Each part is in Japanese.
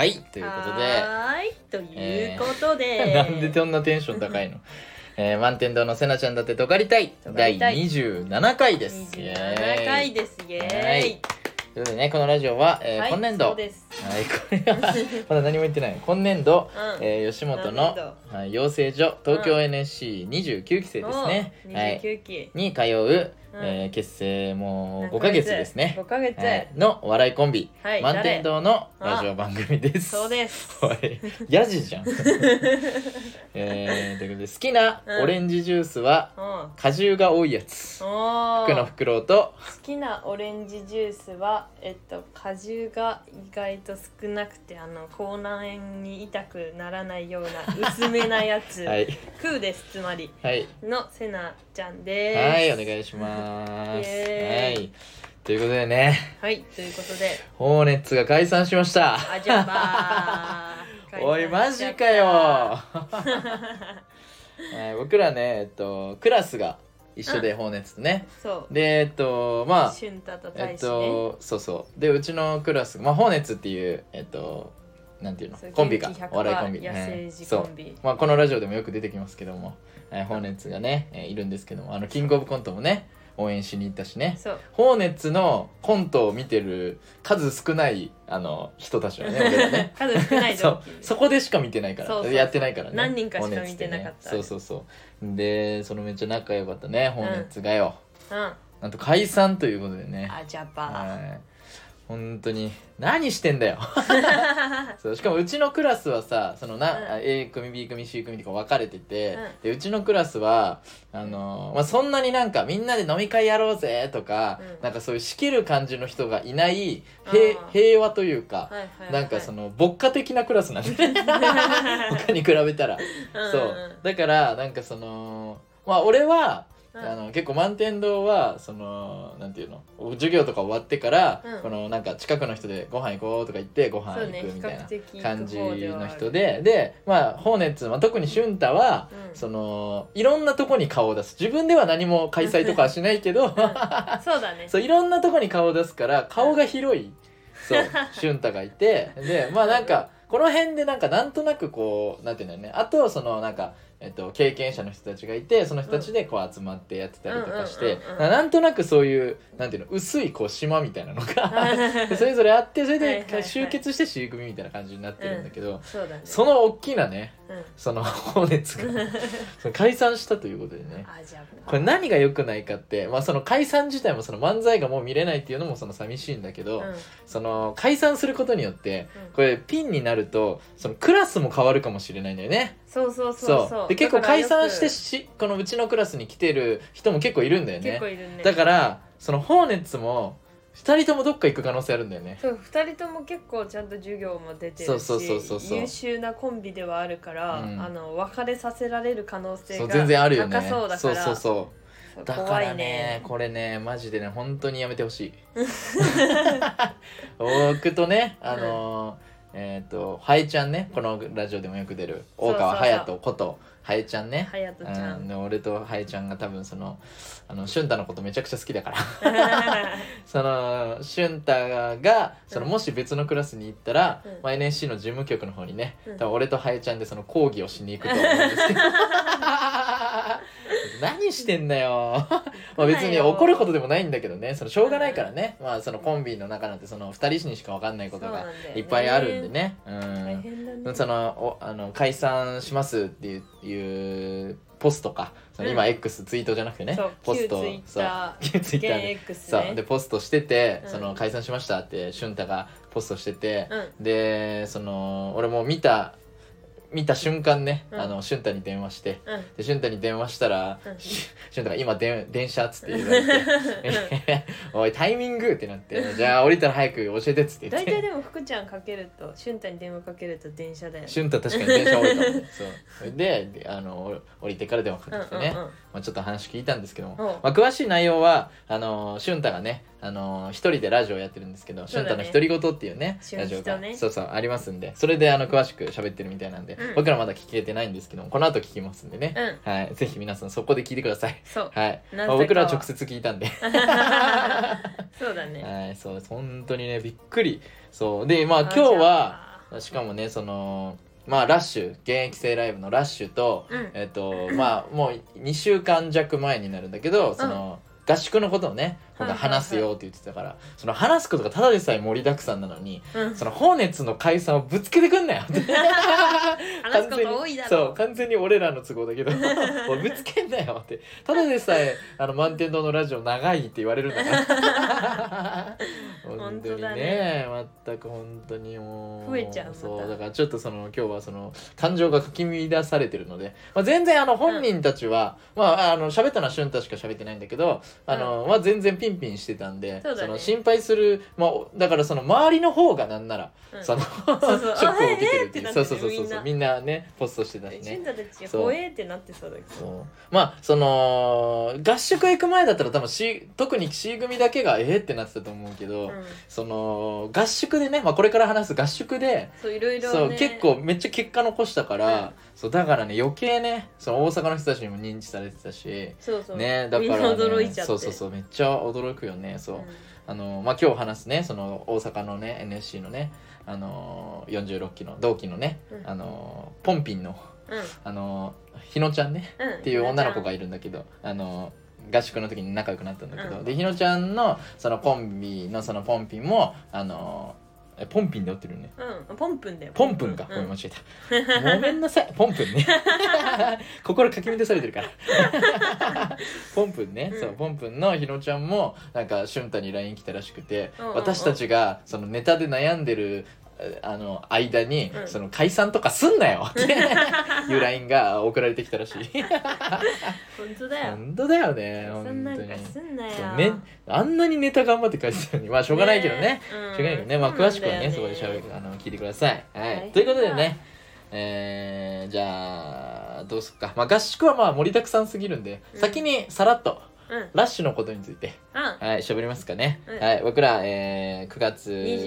はいということではいということで、 なんでそんなテンション高いの満天堂のせなちゃんだってとかりたい第27回です。 27回です。イエーイ。 ということでね、このラジオは、 はい、 今年度そうです。 はい、これはまだ何も言ってない。今年度、吉本の、はい、養成所東京 NSC29 期生ですね、 29期、 に通う、結成もう5ヶ月ですね。 5ヶ月、 のお笑いコンビ、満天堂のラジオ番組です。 そうです。 おい、ヤジじゃん。ということで、好きなオレンジジュースは、果汁が多いやつ。福のフクロウと。 好きなオレンジジュースは、果汁が意外と少なくて、口内炎に痛くならないような薄めなやつ。はい、空です、つまり。はい。のせなちゃんです。 はい、お願いします。はい。ということでね。 はい、ということで。 ホーネッツが解散しました。 あじゃばー。 おい、マジかよ。僕らね、クラスが一緒で、ホーネッツとね。そう。で、まあ、 俊太と大志ね。 そうそう。で、うちのクラス、まあ、ホーネッツっていう、なんていうの、コンビが、お笑いコンビ。 野生児コンビ。 まあ、このラジオでもよく出てきますけども、ホーネッツがね、いるんですけども、キングオブコントもね、応援しに行ったしね。ホーネッツのコントを見てる数少ない人たちはね、俺らね。 数少ないそこでしか見てないから、やってないからね。 何人かしか見てなかった。 そうそうそう。で、そのめっちゃ仲良かったね、ホーネッツがよ。なんと解散ということでね。 あじゃば。 本当に何してんだよ。そうしかもうちのクラスはさ、A 組 B 組 C 組とか分かれてて、でうちのクラスはまあ、そんなになんかみんなで飲み会やろうぜとか、なんかそういう仕切る感じの人がいない平和というか、なんかその牧歌的なクラスなんで他に比べたら。そうだからなんかまあ俺は結構満天堂はなんていうの、授業とか終わってから、このなんか近くの人でご飯行こうとか言ってご飯行くみたいな感じの人で、まあホーネッツ、特に俊太は、いろんなとこに顔を出す。自分では何も開催とかはしないけどそうだね。 そういろんなとこに顔を出すから顔が広い、そう俊太がいて、でまあなんかこの辺でなんとなくこうなんていうんだよね。あとなんか経験者の人たちがいて、その人たちでこう集まってやってたりとかして、なんとなくそういうなんていうの、薄いこう島みたいなのがそれぞれあって、それで集結して C 組みたいな感じになってるんだけど、その大きなね、その放熱が解散したということでね。これ何が良くないかって、まあその解散自体もその漫才がもう見れないっていうのも寂しいんだけど、その解散することによってこれピンになるとそのクラスも変わるかもしれないんだよね。そうで結構解散してこのうちのクラスに来てる人も結構いるんだよね。だからそのホーネッツも2人ともどっか行く可能性あるんだよね。 そう、2人とも結構ちゃんと授業も出てるし、優秀なコンビではあるから、別れさせられる可能性が全然あるよね。 高そうだから。 そうだからね、これねマジでね本当にやめてほしい。僕とねハエちゃんね、このラジオでもよく出る大川隼人ことハエちゃんね。 隼人ちゃん。 俺とハエちゃんが多分俊太のことめちゃくちゃ好きだから俊太がもし別のクラスに行ったら、NSC の事務局の方にね、多分俺とハエちゃんで講義をしに行くと思うんですけど何してんだよまあ別に怒ることでもないんだけどね、しょうがないからね、まあコンビの中なんて2人にしか分かんないことがいっぱいあるんでね。解散しますっていうポストか、今 X ツイートじゃなくてね、ポスト、 旧ツイッター X ね、 でポストしてて、解散しましたって俊太がポストしてて、で俺も見た瞬間ね、俊太に電話して、で俊太に電話したら、俊太が今電車っつって言われておいタイミングってなって、じゃあ降りたら早く教えてっつって言って。 大体でも福ちゃんかけると、俊太に電話かけると電車だよね。 俊太確かに電車降りたもんね。そうで降りてから電話かけてね、ちょっと話聞いたんですけども、詳しい内容は俊太がね一人でラジオやってるんですけど、俊太の独り言っていうねラジオがありますんで、それで詳しく喋ってるみたいなんで、僕らまだ聞けてないんですけども、この後聞きますんでね、はい、ぜひ皆さんそこで聞いてください。はい、僕らは直接聞いたんでそうだね。 はい、そう本当にねびっくり。そうでまあ今日はしかもねそのまあラッシュ現役生ライブのラッシュと、まあもう2週間弱前になるんだけどその、合宿のことをね僕が話すよって言ってたから、その話すことがただでさえ盛りだくさんなのに、その放熱の解散をぶつけてくんなよって話すこと多いだろそう完全に俺らの都合だけどおいぶつけんなよってただでさえ満天堂のラジオ長いって言われるんだから本当にね全く本当にもう増えちゃうそうだからちょっとその今日はその感情がかき乱されてるので、まあ、全然本人たちは、まあ喋ったのは俊太しか喋ってないんだけどまあ、全然ピンピンしてたんで、 そうだね、 その心配する、まあ、だからその周りの方がなんなら、そのショックを受けてるっていう、そうそうみんなねポストしてたしね。 俊太たち怖えってなってそうだけど、 まあその合宿行く前だったら多分特に C 組だけがってなってたと思うけど、その合宿でね、まあ、これから話す合宿でそういろいろ、ね、 そう結構めっちゃ結果残したから、そうだからね余計ねその大阪の人たちにも認知されてたし、 そうね、だから、ね、 みんな驚いちゃって、 そうめっちゃ驚くよね。そう、まあ、今日話すねその大阪のね NSC のね46期の同期のね、ポンピンの、ひのちゃんね、っていう女の子がいるんだけど合宿の時に仲良くなったんだけど、でひのちゃんのそのコンビのそのポンピンもポンピンで合ってるよね。 ポンプンだよ。 ポンプンか。ごめん間違えた。ごめんなさい。ポンプンね。心かき乱されてるから。ポンプンね。そうポンプンのひのちゃんもなんか俊太に LINE 来たらしくて、私たちがそのネタで悩んでる間に、その解散とかすんなよっていう LINE が送られてきたらしい。 本当だよ。 本当だよね。 そんなんかすんなよ。 ね、あんなにネタ頑張って書いてたのに、まあしょうがないけどね。しょうがないけどね。まあ詳しくはね、そこで聞いてください。はい。ということでね、じゃあどうすっか。まあ合宿はまあ盛りだくさんすぎるんで、先にさらっと。ラッシュのことについて、はい、喋りますかね。はい、僕ら、9月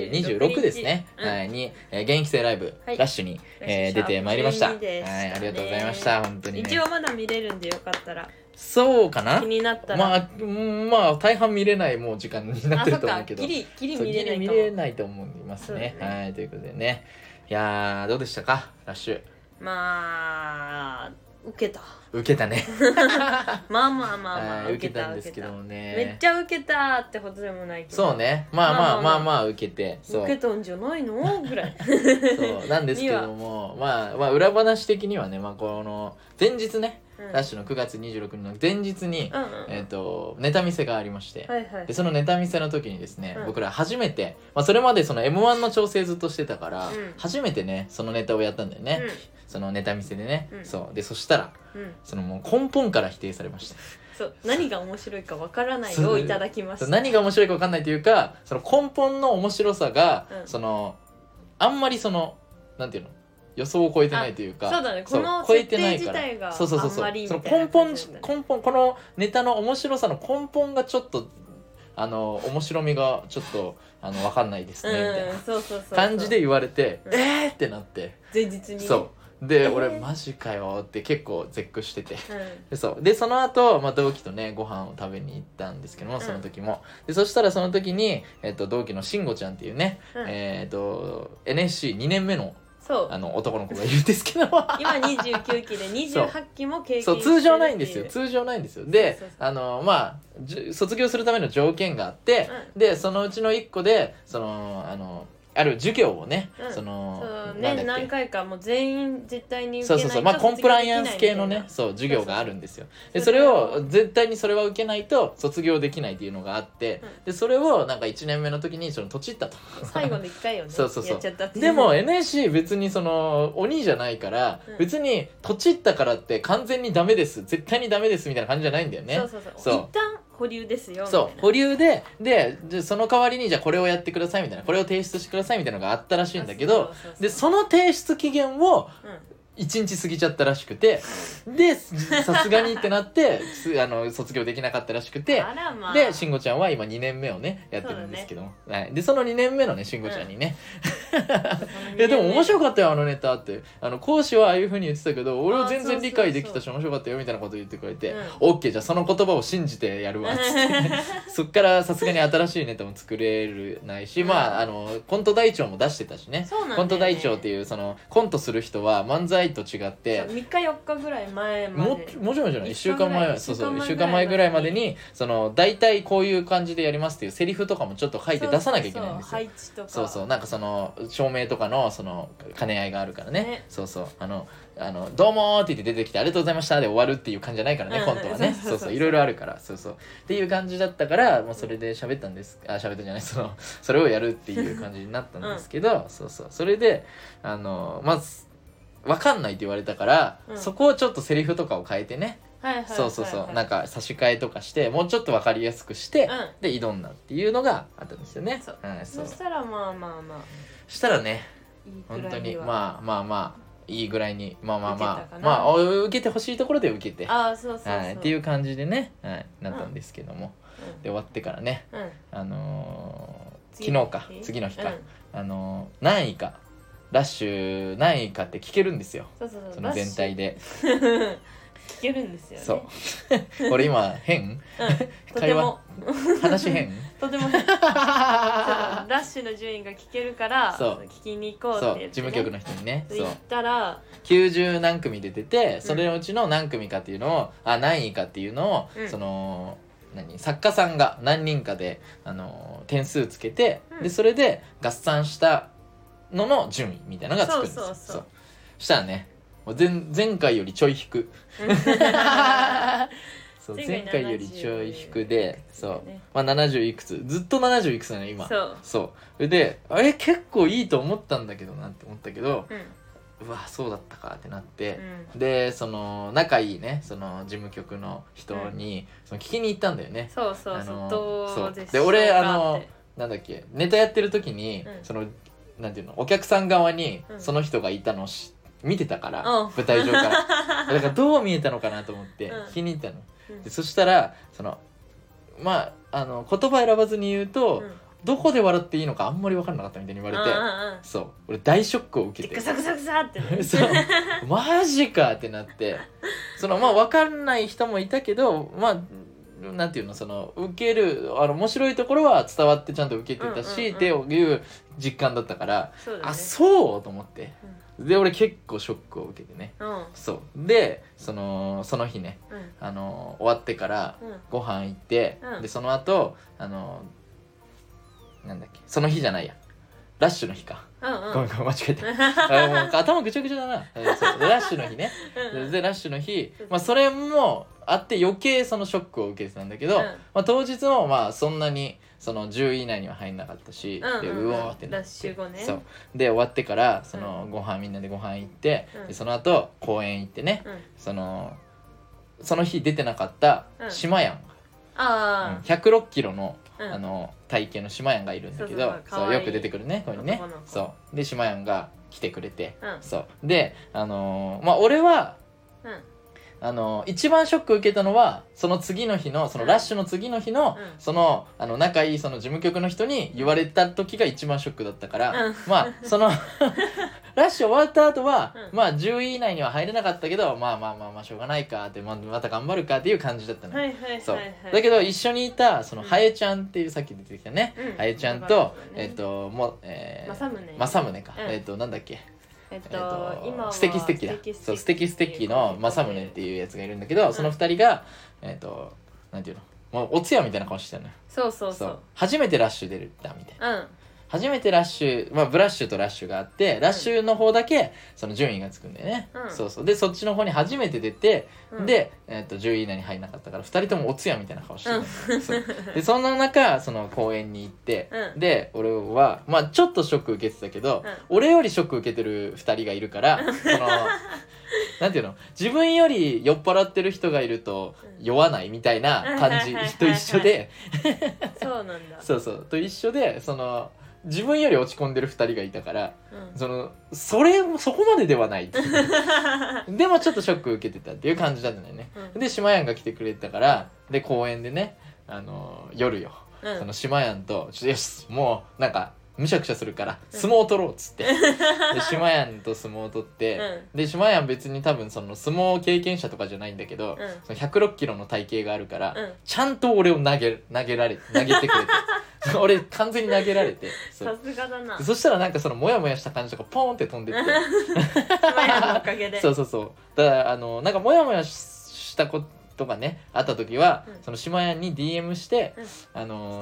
26ですね。はい、に、現役生ライブ、ラッシュに、出てまいりました。はい、ありがとうございました。本当に、ね。 一応まだ見れるんでよかったら。 そうかな。 気になったら。 まあ大半見れないもう時間になってると思うけど。 ギリ見れないかも。 見れないと思いますね。はい、ということでね。いやーどうでしたかラッシュ。 まあ。受けたねまあ受けたんですけどもねめっちゃ受けたってことでもないけどそうねまあ受けて受けたんじゃないのぐらいそうなんですけどもまあ裏話的にはね、まあ、この前日ねラッシュの9月26日の前日に、ネタ見せがありまして、でそのネタ見せの時にですね、僕ら初めて、まあ、それまでその M1 の調整ずっとしてたから、初めてねそのネタをやったんだよね、そのネタ見せでね、そうでそしたら、そのもう根本から否定されました。 そう何が面白いかわからないをいただきました。 何が面白いかわかんないというかその根本の面白さが、そのあんまりそのなんていうの予想を超えてないというか、 そうだね、この設定自体がそうその根本このネタの面白さの根本がちょっと面白みがちょっと分かんないですねみたいな感じで言われて、ってなって前日にそうで、俺マジかよって結構絶句してて、でその後、まあ、同期とねご飯を食べに行ったんですけども、その時もでそしたらその時に、同期のしんごちゃんっていうね、NSC2 年目の男の子がいるんですけど今29期で28期も経験してるっていう。 そう通常ないんですよでまあ卒業するための条件があって、でそのうちの1個である授業をね、 年何回かもう全員絶対に受けないとまあコンプライアンス系のね授業があるんですよ。でそれを絶対にそれは受けないと卒業できないっていうのがあって、でそれをなんか1年目の時にとちったと最後の1回をねやっちゃったっていう。 でも NSC 別に鬼じゃないから、別にとちったからって完全にダメです絶対にダメですみたいな感じじゃないんだよね。 そう一旦保留ですよみたいな。 そう保留でその代わりにじゃあこれをやってくださいみたいな、これを提出してくださいみたいなのがあったらしいんだけど、でその提出期限を 1日過ぎちゃったらしくて、でさすがにってなって卒業できなかったらしくて、 まあ、 で慎吾ちゃんは今2年目をねやってるんですけども、はい、でその2年目のね慎吾ちゃんにね、でも面白かったよあのネタって、講師はああいう風に言ってたけど俺は全然理解できたし面白かったよみたいなこと言ってくれて、オッケーじゃあその言葉を信じてやるわっつってそっからさすがに新しいネタも作れるないし、まあコント大腸も出してたしね、コント大腸っていうそのコントする人は漫才と違って 3日4日ぐらい前までもちろん1週間前そうそう1週間前ぐらいまでにその大体こういう感じでやりますっていうセリフとかもちょっと書いて出さなきゃいけないんですよ。 配置とかそうそうなんかその照明とかのその兼ね合いがあるからね、そうそうどうもーって言って出てきてありがとうございましたで終わるっていう感じじゃないからね、コントはね、そうそういろいろあるから、そうそうっていう感じだったからもうそれで喋ったんです喋ったんじゃないそれをやるっていう感じになったんですけど、そうそうそれでまず分かんないって言われたから、そこをちょっとセリフとかを変えてね、そうそうそうなんか差し替えとかしてもうちょっと分かりやすくして、で挑んだっていうのがあったんですよね。 そしたらまあしたらね本当にまあいいぐらいにまあ受けてほしいところで受けてっていう感じでね、なったんですけども、で終わってからね、昨日か次の日か、何位かラッシュ何位かって聞けるんですよ、その全体で聞けるんですよね。 そう俺今変とても話変とても変ラッシュの順位が聞けるから聞きに行こうって言って、ね、 事務局の人にね言ったら 90何組で出てそれのうちの何組かっていうのを何位かっていうのを、その作家さんが何人かで点数つけて、でそれで合算したのの順位みたいなのがつくんですよ。そうしたらね前回よりちょい引くそう前回よりちょい引くで、そうまあ70いくつずっと70いくつなの今。そうで結構いいと思ったんだけどなって思ったけど、うわそうだったかってなって、でその仲いいねその事務局の人にその聞きに行ったんだよね。 そうどうでしょうかって。 で俺なんだっけネタやってる時に、そのなんていうのお客さん側にその人がいたのを見てたから、舞台上からだからどう見えたのかなと思って聞きに行ったの。でそしたらまあ言葉選ばずに言うと、どこで笑っていいのかあんまり分からなかったみたいに言われて、そう俺大ショックを受けてグサグサグサってねそうマジかってなって、まあ分かんない人もいたけどまあなんていうの受ける面白いところは伝わってちゃんと受けてたし、っていう実感だったから、そうと思って、で俺結構ショックを受けてね、そうでその日ね、終わってからご飯行って、でその後なんだっけその日じゃないやラッシュの日か、ごめん間違えたもう頭ぐちゃぐちゃだなそうラッシュの日ねでラッシュの日、まあ、それもあって余計そのショックを受けてたんだけど、まあ、当日もまあそんなにその10位以内には入んなかったし、でうおーってなって、 ラッシュ後ね、 そうで終わってからみんなでご飯行って、でその後公園行ってね、その日出てなかった島やんが、106キロの体型の島やんがいるんだけど、そうよく出てくるねこれね。そうで島やんが来てくれて、そうでまあ俺は一番ショック受けたのはその次の日のそのラッシュの次の日のその仲いいその事務局の人に言われた時が一番ショックだったから、まあそのラッシュ終わった後は、まあ10位以内には入れなかったけどまあしょうがないかって、また頑張るかっていう感じだったの。そうだけど一緒にいたそのハエちゃんっていうさっき出てきたね、ハエちゃんと政宗か、なんだっけ今ステキステキだそうステキステキの政宗っていうやつがいるんだけど、その2人がなんていうのもうお通夜みたいな顔してるのよ。そう初めてラッシュ出るみたいな、初めてラッシュ、まあ、ブラッシュとラッシュがあってラッシュの方だけその順位がつくんだよね、そうでそっちの方に初めて出て、で、10位以内に入んなかったから2人ともお通夜みたいな顔してるんだよ、そうでそんな中その公園に行って、で俺はまあちょっとショック受けてたけど、俺よりショック受けてる2人がいるからなんていうの自分より酔っ払ってる人がいると酔わないみたいな感じと一緒でそうなんだそうと一緒で自分より落ち込んでる2人がいたから、 うん、 そこまでではないってでもちょっとショック受けてたっていう感じだったんだよね、うん、で島やんが来てくれたからで公園でね、夜よ、うん、その島やんとよしもうなんかむしゃくしゃするから相撲を取ろうっつって、うん、で島やんと相撲を取って、うん、で島やん別に多分その相撲経験者とかじゃないんだけど、うん、その106キロの体型があるから、うん、ちゃんと俺を投げてくれて俺完全に投げられてさすがだな。 そしたらなんかそのモヤモヤした感じとかポーンって飛んでって島やんのおかげでそうだからなんかモヤモヤしたことがねあった時は、うん、その島屋に DM して、うん、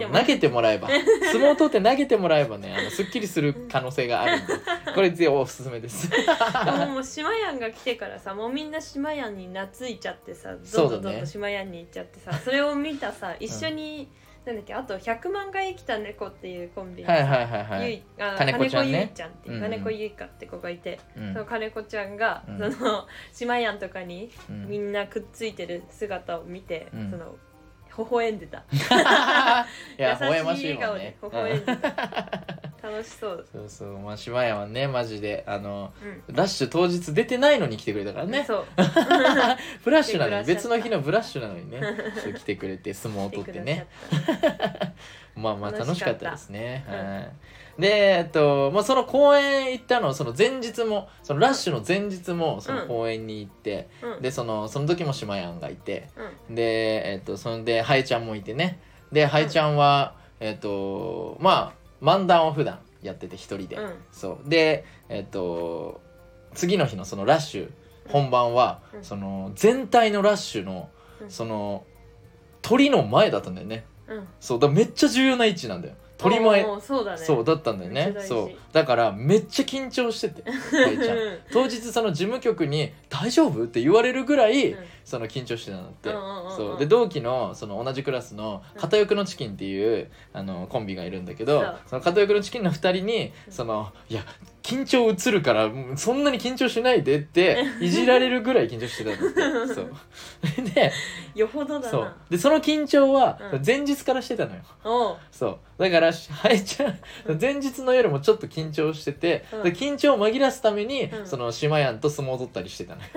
投げてもらえば相撲を取って投げてもらえばねすっきりする可能性があるんでこれぜひおすすめですもう島やんが来てからさもうみんな島やんに懐いちゃってさどんどん島やんに行っちゃってさ それを見たさ一緒に、なんだっけあと100万回来た猫っていうコンビにさ、金子ゆいちゃんっていう、金子ゆいかって子がいて、その金子ちゃんが、その島やんとかにみんなくっついてる姿を見て、その微笑んでたいや優しい笑顔で微笑んでた楽しそう。 そうまあ島屋はねマジでラッシュ当日出てないのに来てくれたからね。 そうフラッシュなのに別の日のブラッシュなのにね来てくれて相撲を取ってねまあ楽しかったですね、でまあ、その公園行ったのその前日もそのラッシュの前日もその公園に行って、でその時も島やんがいて、でそんでハイちゃんもいてねでハイちゃんはまあ漫談を普段やってて一人で、そうで次の日のそのラッシュ本番は、その全体のラッシュのその鳥の前だったんだよね、そうだめっちゃ重要な位置なんだよ鳥前。 そうだね。 そうだったんだよね。そうだからめっちゃ緊張しててちゃん当日その事務局に大丈夫って言われるぐらい、その緊張してたんだって、そうで同期のその同じクラスの片翼のチキンっていうコンビがいるんだけど、その片翼のチキンの2人にそのいや緊張映るからそんなに緊張しないでっていじられるぐらい緊張してたんだってそうでよほどだな。 そうでその緊張は前日からしてたのよ、そうだからハイちゃん前日の夜もちょっと緊張してて、で緊張を紛らすために、その島やんと相撲を取ったりしてたのよ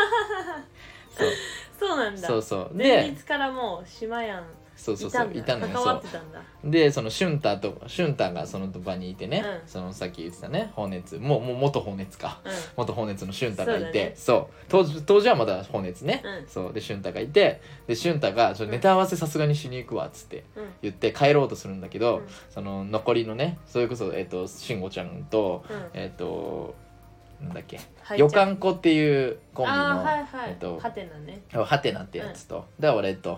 そうなんだ。 そう前日からもう島やんそういたのよ。 関わってたんだ。 でそのシュンタがその場にいてね、そのさっき言ってたね放熱もう元放熱か、元放熱のシュンタがいて、そう当時はまだ放熱ね、そうでシュンタがいて、でシュンタがネタ合わせさすがにしに行くわっつって言って帰ろうとするんだけど、その残りのねそれこそ慎吾ちゃんとなんだっけよかんこっていうコンビのハテナねハテナってやつと、で俺と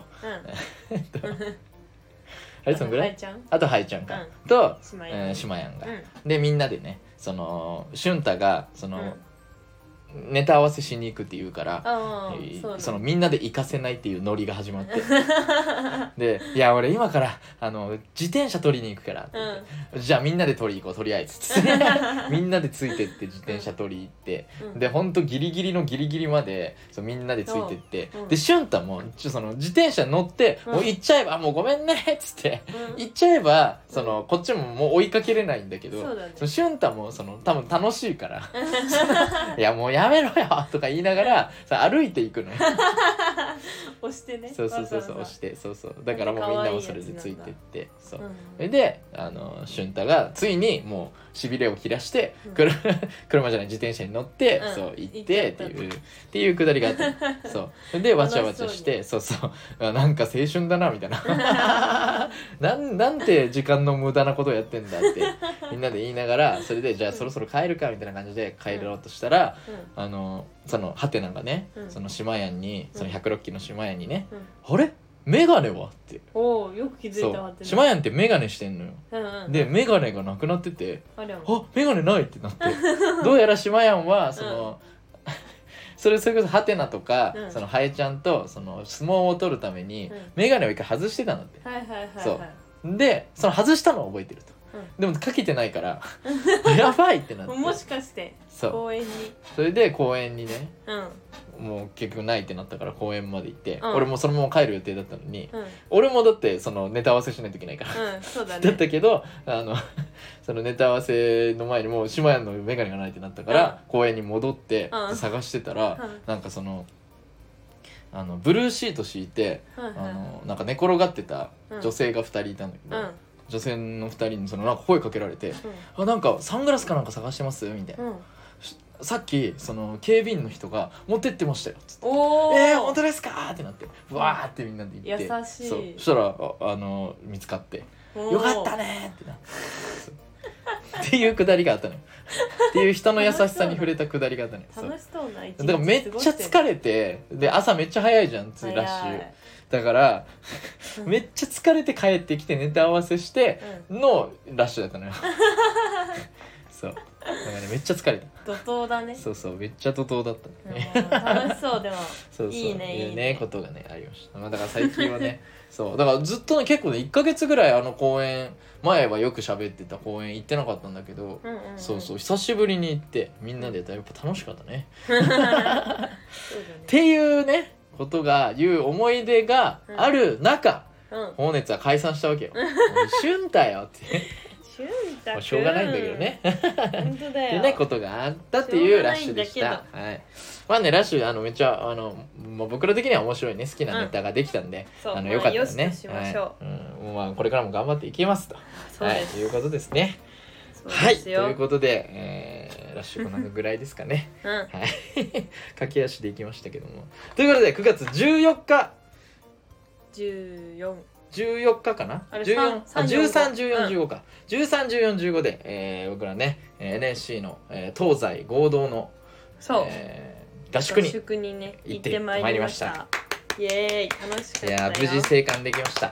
あれそんぐらい、あとハイちゃんか、と島やんが、でみんなでねそのシュンタがそのネタ合わせしに行くって言うから、そのみんなで行かせないっていうノリが始まってでいや俺今から自転車取りに行くからって言って、じゃあみんなで取り行こうとりあえずみんなでついてって自転車取り行って、でほんとギリギリのギリギリまでみんなでついてって、でシュンタもその自転車乗って、もう行っちゃえばもうごめんねっつって、行っちゃえばそのこっちももう追いかけれないんだけど、そのシュンタもその多分楽しいからいやもうやめろよとか言いながら歩いていくのよ押してね。 そう押してだからもうみんなもそれでついてって、そうでシュンタがついにもうしびれを切らして、車じゃない自転車に乗って、そう行ってっていうくだりがあってそうでわちゃわちゃしてなんか青春だなみたいななんて時間の無駄なことをやってんだってみんなで言いながら、それでじゃあそろそろ帰るかみたいな感じで帰ろうとしたら、そのハテナがね、その島やんにその106期の島やんにね、あれメガネはってよく気づいたわって、 島やんってメガネしてんのよ、でメガネがなくなってて、メガネないってなってどうやら島やんはその、それこそハテナとか、そのハエちゃんとその相撲を取るためにメガネを一回外してたんだって、そうでその外したのを覚えてると、でもかけてないからやばいってなって、 もしかして公園に、 それで公園にね、もう結局ないってなったから公園まで行って、俺もそのまま帰る予定だったのに、俺もだってそのネタ合わせしないといけないから、 そうだね、 だったけどそのネタ合わせの前にもう島屋の眼鏡がないってなったから、 うん公園に戻ってうん探してたら、 うんなんかそのブルーシート敷いて、 はいはいなんか寝転がってた女性が2人いたんだけど、 うん女性の2人にそのなんか声かけられて「あ、なんかサングラスかなんか探してます?」みたいな、 うんさっきその警備員の人が持ってってましたよ」つっておー本当ですか?」ってなってわーってみんなで言って優しいそうそしたら見つかって「 おーよかったね」ってなってそうっていうくだりがあったのよっていう人の優しさに触れたくだりがあったのよ。そう楽しそうな一日だからめっちゃ疲れてで朝めっちゃ早いじゃんラッシュだからめっちゃ疲れて帰ってきてネタ合わせしてのラッシュだったのよそうだからねめっちゃ疲れた。 怒涛だね。 そうそうめっちゃ怒涛だったね楽しそうでもそうそういいねいいねことがねありました。まあだから最近はねそうだからずっとね結構ね1ヶ月ぐらい公園前はよく喋ってた公園行ってなかったんだけど、 うんうんうんそうそう久しぶりに行ってみんなでやったらやっぱ楽しかったねそうだねっていうねことがいう思い出がある中、 うん放熱は解散したわけよ俊太よって俊太くんしょうがないんだけどね本当だよってねことがあったっていうラッシュでししょうがた。はい。まあねラッシュめっちゃまあ、僕ら的には面白いね好きなネタができたんで、 そうよかったらね。 まあよしとしましょうはいうん、まあこれからも頑張っていきますと。 そうですはい、いうことですね。 そうはい。とですよいうことで、ラッシュこんなぐらいですかね。 うんはい。駆け足でいきましたけども。ということで9月14日 14 14日かなあれ 14 13 13、14、15か、13、14、15で、僕らね NSC の、東西合同の、 そう合宿にね行っ行っててまいりましたイエーイ楽しかったよいや無事生還できました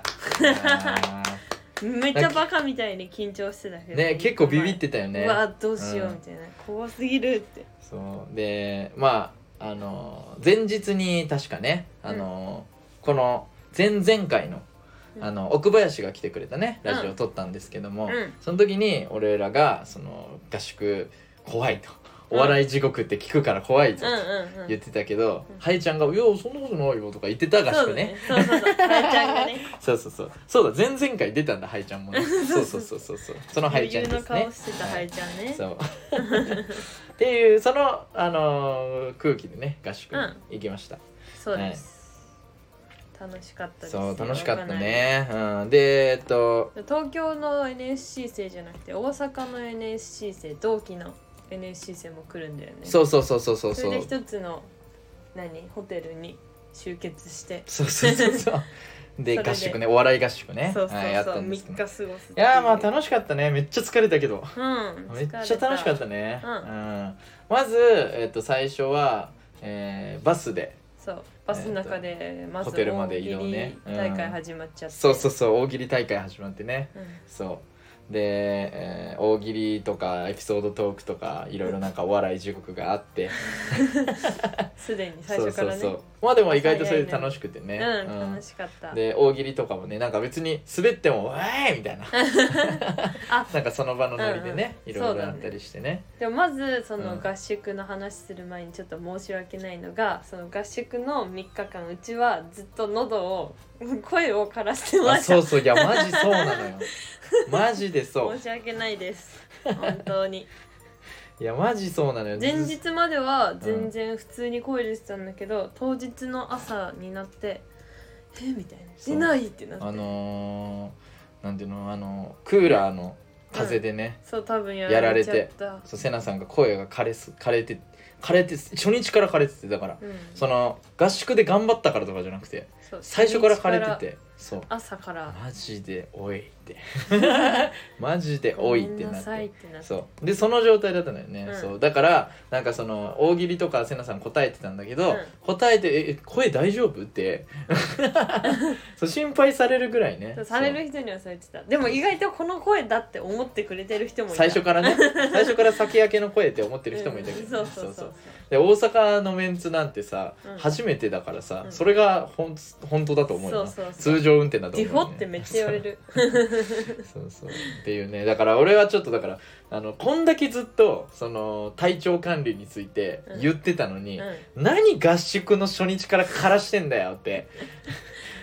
めっちゃバカみたいに緊張してたけどね結構ビビってたよね。 うわどうしようみたいな、怖すぎるってそうでまあ前日に確かねこの前々回の奥林が来てくれたねラジオを撮ったんですけども、 うんその時に俺らがその合宿怖いとお笑い地獄って聞くから怖いぞと言ってたけど、ハイちゃんが「いやそんなことないよ」とか言ってた合宿ね。 そうハイちゃんがねそうだ前々回出たんだハイちゃんもねそうそのハイちゃんですね。 余裕の顔してたハイちゃんね、 そうっていうその空気でね合宿に行きました。 そうです、楽しかったですよ。 そう楽しかったね。うん、で東京の NSC 生じゃなくて大阪の NSC 生同期の NSC 生も来るんだよね。 そうそれで一つのホテルに集結してそうで合宿ねお笑い合宿ねやったんですけど 3日過ごす。 いやまあ楽しかったねめっちゃ疲れたけど、 めっちゃ楽しかったね。まず最初はバスでバスの中でまずホテルまで移動ね大会始まっちゃって、 そう大喜利大会始まってね、そうで、大喜利とかエピソードトークとかいろいろなんかお笑い地獄があってすでに最初からねまあでも意外とそれで楽しくてね、 楽しかった。 で大喜利とかもねなんか別に滑っても「わーい!」みたいななんかその場のノリでねいろいろあったりしてね。 でもまずその合宿の話する前にちょっと申し訳ないのが、その合宿の3日間うちはずっと声を枯らしてました。 そういやマジそうなのよマジでそう申し訳ないです本当にいやマジそうなのよ。 前日までは全然普通に声出てたんだけど、当日の朝になってみたいな出ないってなってなんていうのクーラーの風でね、 そう多分やられてそうセナさんが声が枯れて初日から枯れててだから、その合宿で頑張ったからとかじゃなくて最初から枯れててそう朝からマジでおいってマジでおいってなってそうでその状態だったのよね、そうだからなんかその大喜利とかセナさん答えてたんだけど、答えて声大丈夫ってそう心配されるぐらいねされる人にはそう言ってた。でも意外とこの声だって思ってくれてる人もいた。 最初から酒焼けの声って思ってる人もいたけど、ねそうで大阪のメンツなんてさ、初めてだからさ、それが本当だと思うよ。通常運転だと思う、ね、 ディフォってめっちゃ言われるそうっていうね。だから俺はちょっとだからこんだけずっとその体調管理について言ってたのに、何合宿の初日から枯らしてんだよって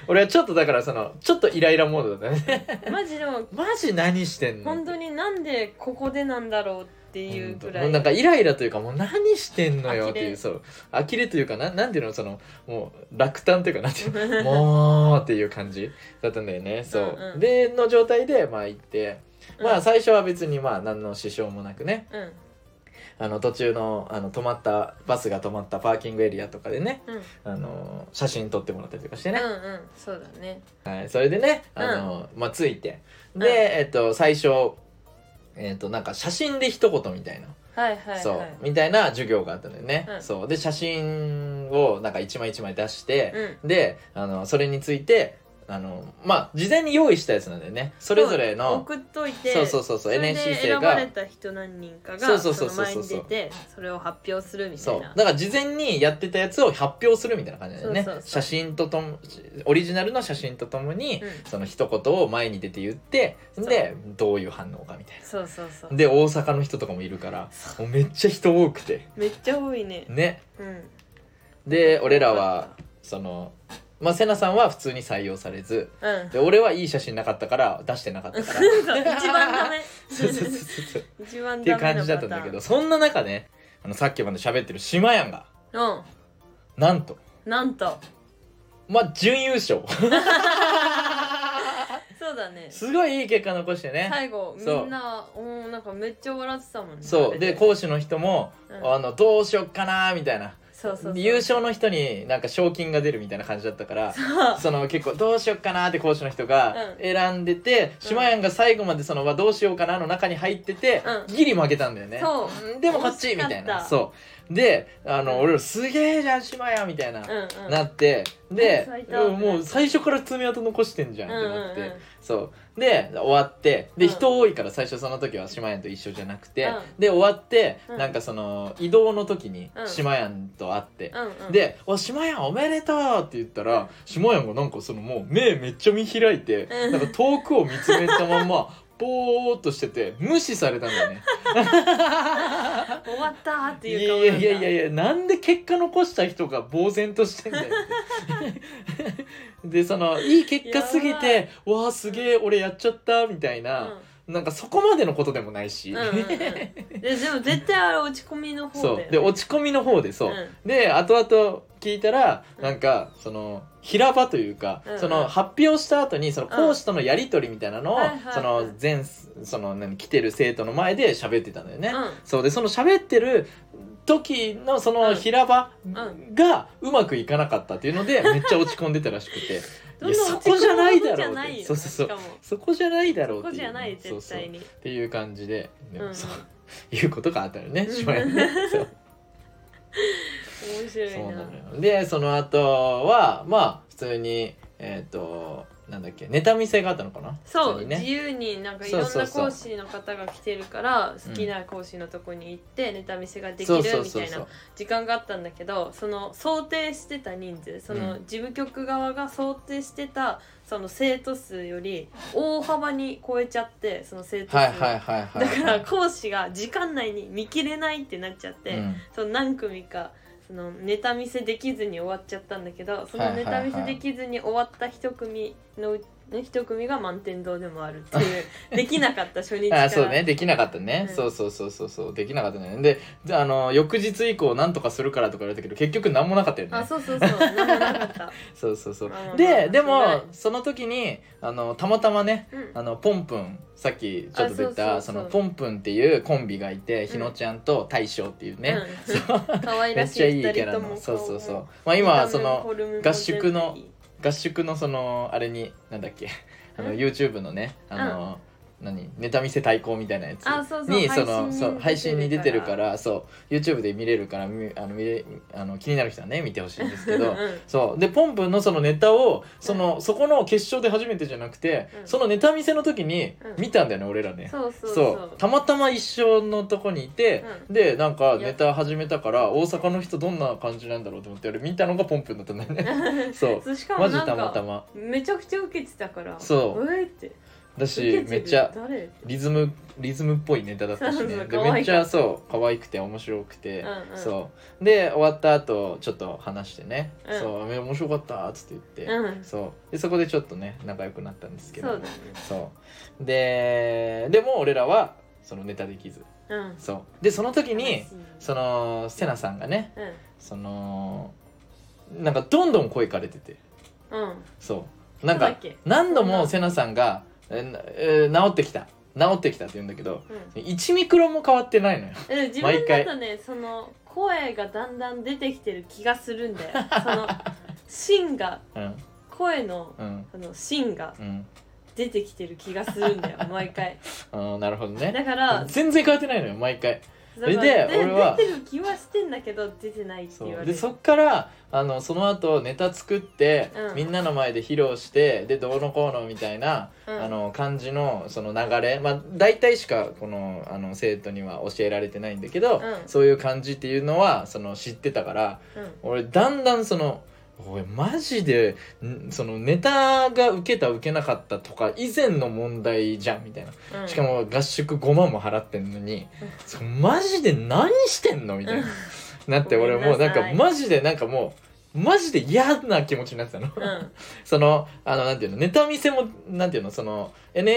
俺はちょっとだからちょっとイライラモードだったねマジでもマジ何してんの本当になんでここでなんだろうっていうぐらい、 もうなんかイライラというかもう何してんのよっていうそう呆れというかなんていうのもう落胆というかなんていうのもうっていう感じだったんだよねそう、 うんうん、 での状態でまあ行ってまあ最初は別にまあ何の支障もなくね、途中のバスが止まったパーキングエリアとかでね、写真撮ってもらったりとかしてね、 そうだね、 はい、それでねまあ着いてで、最初なんか写真で一言みたいな、そうみたいな授業があったんだよね、そうで写真をなんか一枚一枚出して、でそれについてまあ事前に用意したやつなんだよねそれぞれの送っといてそう NSC 生が選ばれた人何人かがその前に出てそれを発表するみたいなそうだから事前にやってたやつを発表するみたいな感じだよね写真とともオリジナルの写真とともに、その一言を前に出て言ってでどういう反応かみたいなそうで大阪の人とかもいるからもうめっちゃ人多くてめっちゃ多いねで俺らはまあ、セナさんは普通に採用されず、で俺はいい写真なかったから出してなかったから一番ダメそう一番ダメっていう感じだったんだけどそんな中ねさっきまで喋ってる島やんが、なんとまあ準優勝そうだねすごいいい結果残してね最後みんななんかめっちゃ笑ってたもんねそうで講師の人も、どうしよっかなみたいな優勝の人になんか賞金が出るみたいな感じだったから結構どうしよっかなって講師の人が選んでて、島やんが最後までどうしようかなの中に入ってて、ギリ負けたんだよねでもこっちみたいなそうで俺らすげえじゃん島やんみたいな、なってでもう最初から爪痕残してんじゃんってなって、そうで終わってで、人多いから最初その時は島やんと一緒じゃなくて、で終わって、なんか移動の時に島やんと会って、で「お島やんおめでとう!」って言ったら、島やんがなんかもう目めっちゃ見開いて、なんか遠くを見つめたままぼーっとしてて無視されたんだよね終わったっていう顔なんだ。 いやなんで結果残した人が呆然としてんだよでいい結果すぎてわあすげえ俺やっちゃったみたいな、なんかそこまでのことでもないし、 でも絶対あれ落ち込みの方だよね。 そうで落ち込みの方でで後々聞いたらなんか平場というか、発表した後に講師とのやり取りみたいなのを来てる生徒の前で喋ってたんだよね、そうで喋ってる時の平場がうまくいかなかったっていうのでめっちゃ落ち込んでたらしくていやそこじゃないだろうってそこじゃないだろうってっていう感じでいうことがあったよねしまいにね面白いな。 そうなのよ。でその後はまあ普通になんだっけネタ見せがあったのかな。 そう、自由になんかいろんな講師の方が来てるから好きな講師のとこに行ってネタ見せができるみたいな時間があったんだけど、想定してた人数事務局側が想定してた生徒数より大幅に超えちゃって、その生徒数だから講師が時間内に見切れないってなっちゃって、何組かネタ見せできずに終わっちゃったんだけど、そのネタ見せできずに終わった一組の一組が満天堂でもあるっていうできなかった初日からそうねできなかったね、そうできなかったね。で翌日以降なんとかするからとか言われたけど結局何もなかったよね。 そう何もなかったそうでもその時にたまたまね、ポンプンさっきちょっと出たポンプンっていうコンビがいて、ひのちゃんと大将っていうね、 可愛らしい2人ともまあ今合宿のあれになんだっけYouTube のねネタ見せ対抗みたいなやつに配信に出てるから、YouTube で見れるから気になる人はね見てほしいんですけどそうでポンプンのネタをそこの決勝で初めてじゃなくて、そのネタ見せの時に見たんだよね、俺らね。そうたまたま一緒のとこにいて、でなんかネタ始めたから大阪の人どんな感じなんだろうと思って俺見たのがポンプンだったんだよねそうしかもなんかマジたまたまめちゃくちゃ受けてたからそうってだしめっちゃリズムっぽいネタだったしねでめっちゃそう可愛くて面白くて、そうで終わった後ちょっと話してね、そう面白かったっつって言って、そうでそこでちょっとね仲良くなったんですけど、そうでも俺らはそのネタできず、そうでその時にそのセナさんがね、そのなんかどんどん声枯れてて、そうなんか何度もセナさんが治ってきたって言うんだけど、1ミクロも変わってないのよ。 自分だとねその声がだんだん出てきてる気がするんだよ。その芯が、声の、その芯が出てきてる気がするんだよ毎回。 なるほどね。 だから全然変わってないのよ毎回。で俺は出てる気はしてんだけど出てないって言われる。 でそっからその後ネタ作って、みんなの前で披露してでどうのこうのみたいな、感じのその流れ、まあ大体しかこの生徒には教えられてないんだけど、そういう感じっていうのはその知ってたから、俺だんだんそのおいマジでそのネタが受けた受けなかったとか以前の問題じゃんみたいな、しかも合宿5万も払ってんのに、マジで何してんのみたいな、なって俺もうなんかマジでなんかもうマジで嫌な気持ちになってたの、そのなんていうのネタ見せもなんていうのその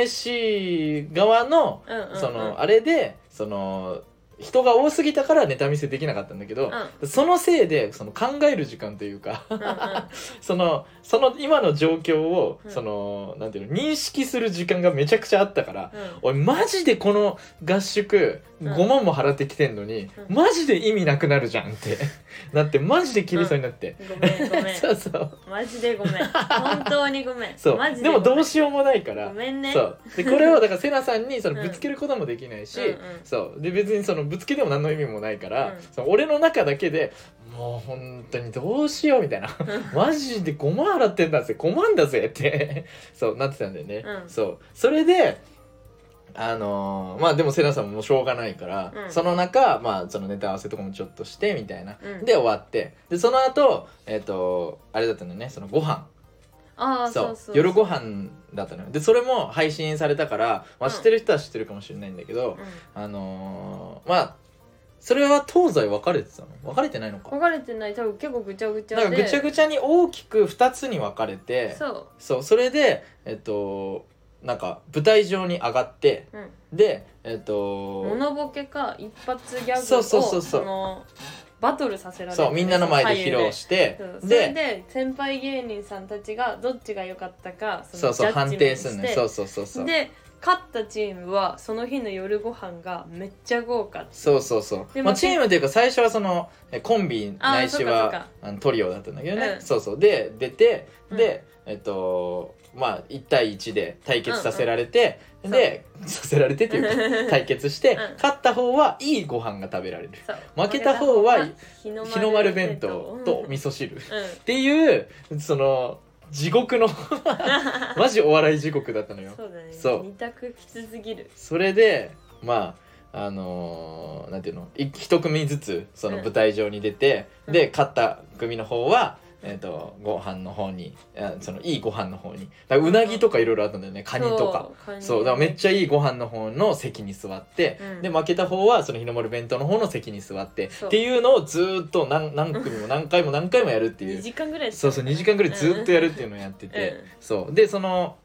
NSC 側の、そのあれでその人が多すぎたからネタ見せできなかったんだけど、そのせいでその考える時間というかその今の状況をそのなんていうの認識する時間がめちゃくちゃあったから、俺マジでこの合宿5万も払ってきてんのに、マジで意味なくなるじゃんってなってマジで切りそうになって、 ごめんそうそうマジでごめん本当にごめんそうマジでもどうしようもないからごめんね。 そうでこれをだからセナさんにそのぶつけることもできないし、そうで別にそのぶつけても何の意味もないから、その俺の中だけでもう本当にどうしようみたいなマジで5万払ってんだぜ5万だぜってそうなってたんだよね、そうそれでまあでもセナさんももうしょうがないから、その中まあそのネタ合わせとかもちょっとしてみたいな、で終わってでその後あれだったんだよねそのご飯そう夜ご飯だったのよ。でそれも配信されたから、まあ、知ってる人は知ってるかもしれないんだけど、まあそれは東西分かれてたの？分かれてないのか？ 分かれてない。多分結構ぐちゃぐちゃでなんかぐちゃぐちゃに大きく2つに分かれて、それでなんか舞台上に上がって、でモノボケか一発ギャグをそのバトルさせられる、 そうみんなの前で披露してそれで先輩芸人さんたちがどっちが良かったかそう判定するね。そうで勝ったチームはその日の夜ご飯がめっちゃ豪華。 そうまあ、チームというか最初はそのコンビないしはトリオだったんだけどね、で出て、でまあ1対1で対決させられて、でさせられてっていうか対決して、勝った方はいいご飯が食べられる、負けた方は日の丸弁当と味噌汁、っていうその地獄のマジお笑い地獄だったのよ。 そうだね。二択きつすぎる。 それでまあなんていうの一組ずつその舞台上に出て、で勝った組の方はご飯の方にそのいいご飯の方にだうなぎとかいろいろあったんだよね、カニとか。そうだからめっちゃいいご飯の方の席に座って、で負けた方はその日の丸弁当の方の席に座ってっていうのをずっと何組も何回もやるっていう 2時間ぐらいそう2時間ぐらいずっとやるっていうのをやってて、そうでその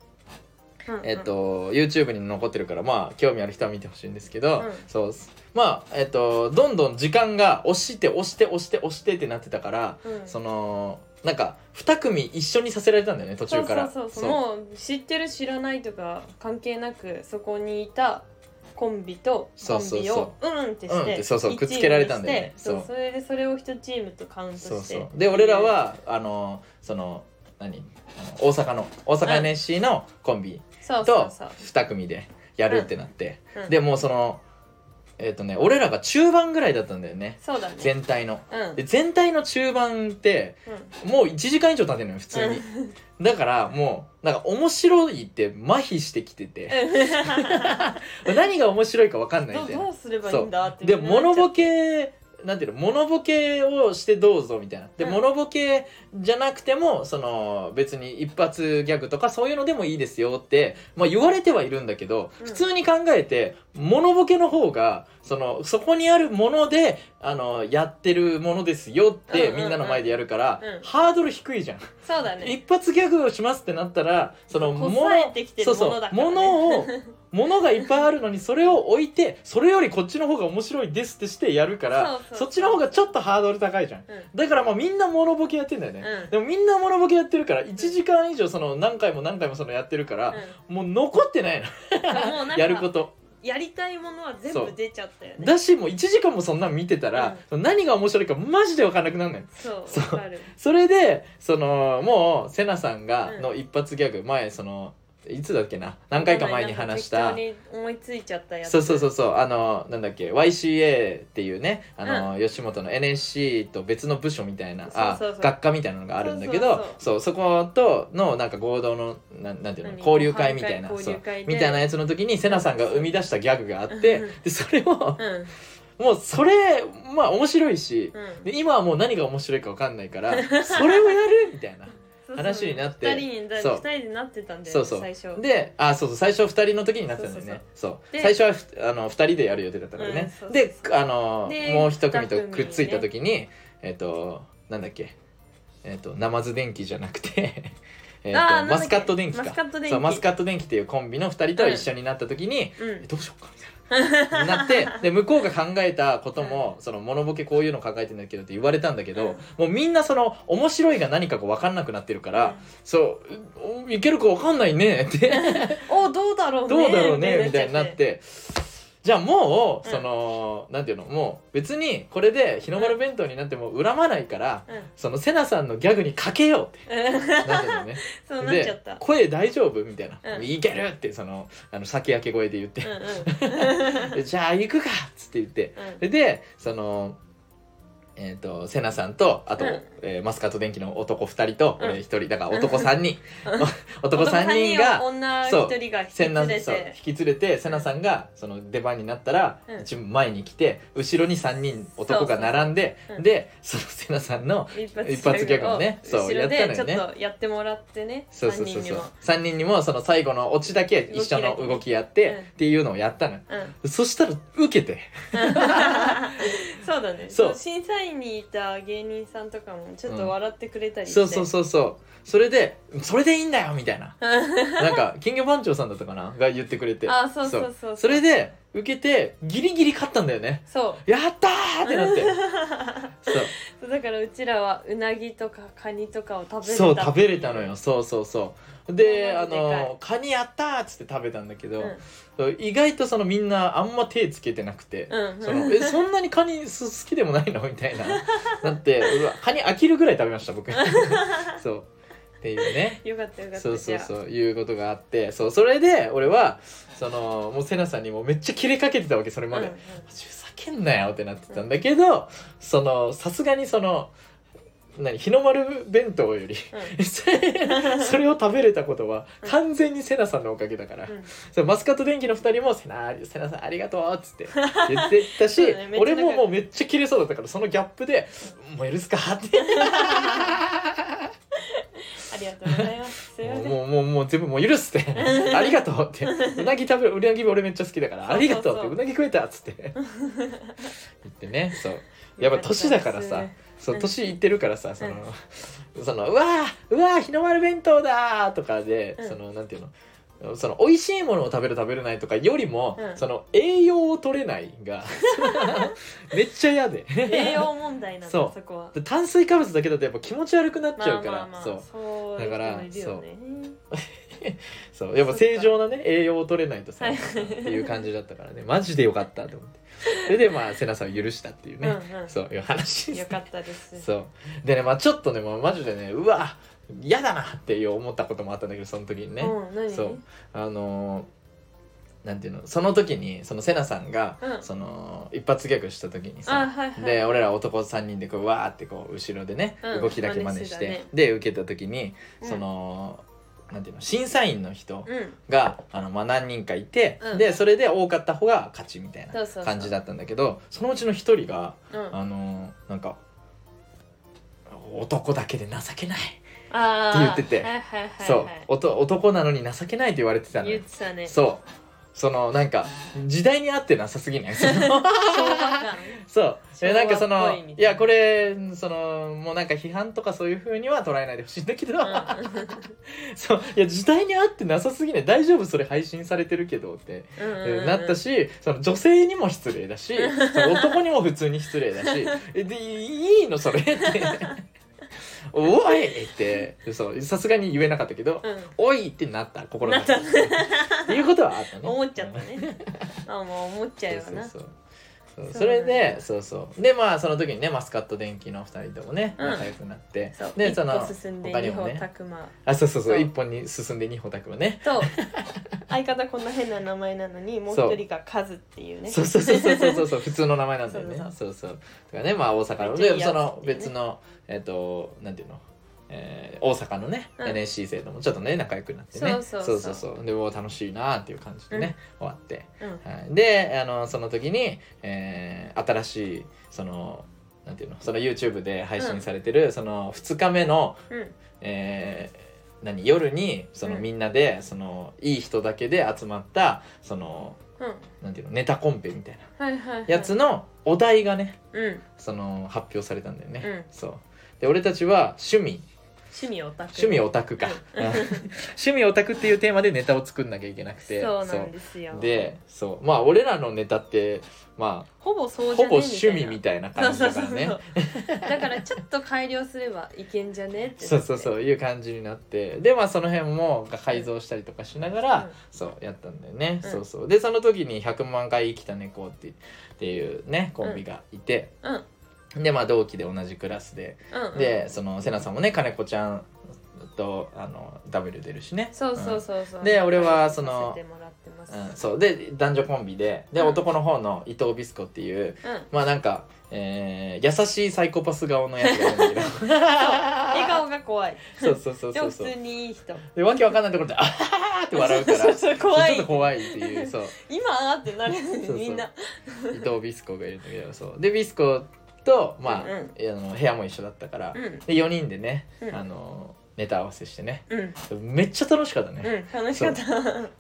YouTube に残ってるからまあ興味ある人は見てほしいんですけど、そうまあどんどん時間が押してってなってたから、そのなんか2組一緒にさせられたんだよね途中から。 そうもう知ってる知らないとか関係なくそこにいたコンビとコンビをってしてくっつけられたんだよね。 それでそれを1チームとカウントしてで俺らはその大阪 NSC のコンビと2組でやるってなって、でもうその俺らが中盤ぐらいだったんだよね。 そうだね。 全体の、で全体の中盤って、もう1時間以上経ってるのよ普通に、だからもうなんか面白いって麻痺してきてて何が面白いか分かんないんだよ。 どうすればいいんだって。 でモノボケなんていうの、モノボケをしてどうぞみたいな。で、 うんモノボケじゃなくても別に一発ギャグとかそういうのでもいいですよって、まあ、言われてはいるんだけど、 うん普通に考えてモノボケの方がそこにあるものでやってるものですよってうんうんうんみんなの前でやるから、 うんハードル低いじゃん。 そうだね。 一発ギャグをしますってなったらこさえてきてるものだからね。 物がいっぱいあるのにそれを置いて、それよりこっちの方が面白いですってしてやるから、そっちの方がちょっとハードル高いじゃん。だからまあみんなモノボケやってんだよね。でもみんなモノボケやってるから1時間以上何回も何回もやってるから、もう残ってないの。 もうなんかやること。 やりたいものは全部出ちゃったよね。 だしもう1時間もそんなん見てたら、何が面白いかマジで分かんなくなるのよ。 そうわかる。 それでもうセナさんがの一発ギャグ、前いつだっけな、何回か前に話した適当に思いついちゃったやつ。 そうなんだっけ YCA っていうね吉本の NSC と別の部署みたいな学科みたいなのがあるんだけど、そことのなんか合同のなんていうの交流会みたいなみたいなやつの時にセナさんが生み出したギャグがあって、でそれをもうそれまあ面白いし、で今はもう何が面白いか分かんないからそれをやるみたいな話になって、 2人でなってたんだよね。最初で最初2人の時になってたんだよね。最初は2人でやる予定だったからね。でもう一組とくっついた時になんだっけナマズ電機じゃなくてマスカット電機か。マスカット電機っていうコンビの2人と一緒になった時にどうしようかみたいななってで向こうが考えたこともモノボケこういうの考えてんだけどって言われたんだけど、もうみんな面白いが何かが分かんなくなってるから、いけるか分かんないねってどうだろうねみたいになって。じゃあもうなんていうの、もう別にこれで日の丸弁当になっても恨まないから、セナさんのギャグにかけようってなってるのね。 そうなっちゃった。 で声大丈夫みたいな、いけるって酒焼け声で言ってじゃあ行くかっつって言って、でセナさんとあと、マスカット電機の男2人と俺1人だから男3人男3人が女1人が引き連れてセナさんが出番になったら自分前に来て後ろに3人男が並んで、でセナさんの一発ギャグをね後ろでちょっねとやってもらってね。 3人にも最後のオチだけ一緒の動きやってっていうのをやったの。そしたらウケてそうだね。審査員にいた芸人さんとかもちょっと笑ってくれたりして、 それでいいんだよみたいななんか金魚番長さんだったかなが言ってくれて、それで受けてギリギリ勝ったんだよね。やったーってなってだからうちらはうなぎとかカニとかを食べれたのよ。でカニやったーっつって食べたんだけど、意外とみんなあんま手つけてなくて、そんなにカニ好きでもないのみたいななって、カニ飽きるぐらい食べました僕そうっていうね。 よかったいうことがあって、それで俺はもうセナさんにもめっちゃキレかけてたわけ。それまでふざけんなよってなってたんだけど、さすがに日の丸弁当より、それを食べれたことは完全にセナさんのおかげだから、マスカット電機の2人もセナさんありがとうっつって言ってたし俺ももうめっちゃキレそうだったから、そのギャップでもう許すかってありがとうございます。すいません。 もう全部もう許すってありがとうって、うなぎ俺めっちゃ好きだからありがとうって、うなぎ食えたっつって言ってね。やっぱ年だからさ、年いってるからさ、うわー日の丸弁当だとかで、なんていうの、美味しいものを食べれないとかよりも、栄養を取れないがめっちゃ嫌で栄養問題なんだ。そこは炭水化物だけだとやっぱ気持ち悪くなっちゃうから、だからやっぱ正常なね栄養を取れないとさっていう感じだったからね、マジでよかったと思って、それでセナさんを許したっていうね、そういう話です。 よかったです。 でね、ちょっとねマジでね、うわ嫌だなって思ったこともあったんだけど、その時にね、なんていうの、その時にセナさんが、一発ギャグした時にさ、で俺ら男3人でわーって後ろでね、動きだけ真似して、で受けた時になんていうの審査員の人うんがまあ、何人かいて、 うんでそれで多かった方が勝ちみたいなそうそうそう感じだったんだけど、そのうちの一人がうんなんか男だけで情けないあって言っててはいはいはいはいそう男なのに情けないって言われてたのよ言ってたねそうそのなんか時代に合ってなさすぎないその昭和感そうなんかそ昭和のっぽいみたいないやこれそのもうなんか批判とかそういう風には捉えないでほしいんだけど、そういや時代に合ってなさすぎない大丈夫それ配信されてるけどってなったし、その女性にも失礼だしその男にも普通に失礼だしでいいのそれっておいってそうさすがに言えなかったけど、 うんおいってなった心の中でなったっていうことはあったね思っちゃったねあもう思っちゃうよなそうそうそれでそうでまあその時にねマスカット電気の2人ともねうん仲良くなって、 そう一でその歩進んで二歩他にもね拓磨あそうそう一本に進んで二歩拓磨ねと相方こんな変な名前なのにもう一人がカズっていうねそう普通の名前なんだよねそうだからねまあ大阪のめっちゃいいやつでそのっていうね別のなんていうの大阪のね、 うん NSC 生ともちょっとね仲良くなってねそうで楽しいなっていう感じでね、終わって、 うんはい、でその時に、新しいそのなんていうのその YouTube で配信されてる、その2日目の、 うん夜にそのうんみんなでそのいい人だけで集まったそのうんなんていうのネタコンペみたいなはいはいはいやつのお題がねうんその発表されたんだよね、 うんそうで俺たちは趣味オタク趣味オタクか、 うん趣味オタクっていうテーマでネタを作んなきゃいけなくてそうなんですよでそうまあ俺らのネタってまあほぼそうじゃねほぼ趣味みたいな感じだからねだからちょっと改良すればいけんじゃねってそういう感じになってでまあその辺も改造したりとかしながら、 うんそうやったんだよね、 うんそうでその時に100万回生きた猫っていうねコンビがいて、 うんでまあ同期で同じクラスで、 うんでそのセナさんもね金子ちゃんとダブル出るしねそう、 で俺はそのさせてもらってますそうで男女コンビで男の方の伊藤ビスコっていうまあなんか、優しいサイコパス顔のやつがいるんだけど笑顔が怖いそうでも普通にいい人でわけわかんないところであはーって笑うからそう怖いちょっと怖いっていうそう今ってなるそうみんな伊藤ビスコがいるんだけどそうでビスコとまあ、 うん部屋も一緒だったから、 うんで4人でね、 うんネタ合わせしてねうんめっちゃ楽しかったね、 楽しかった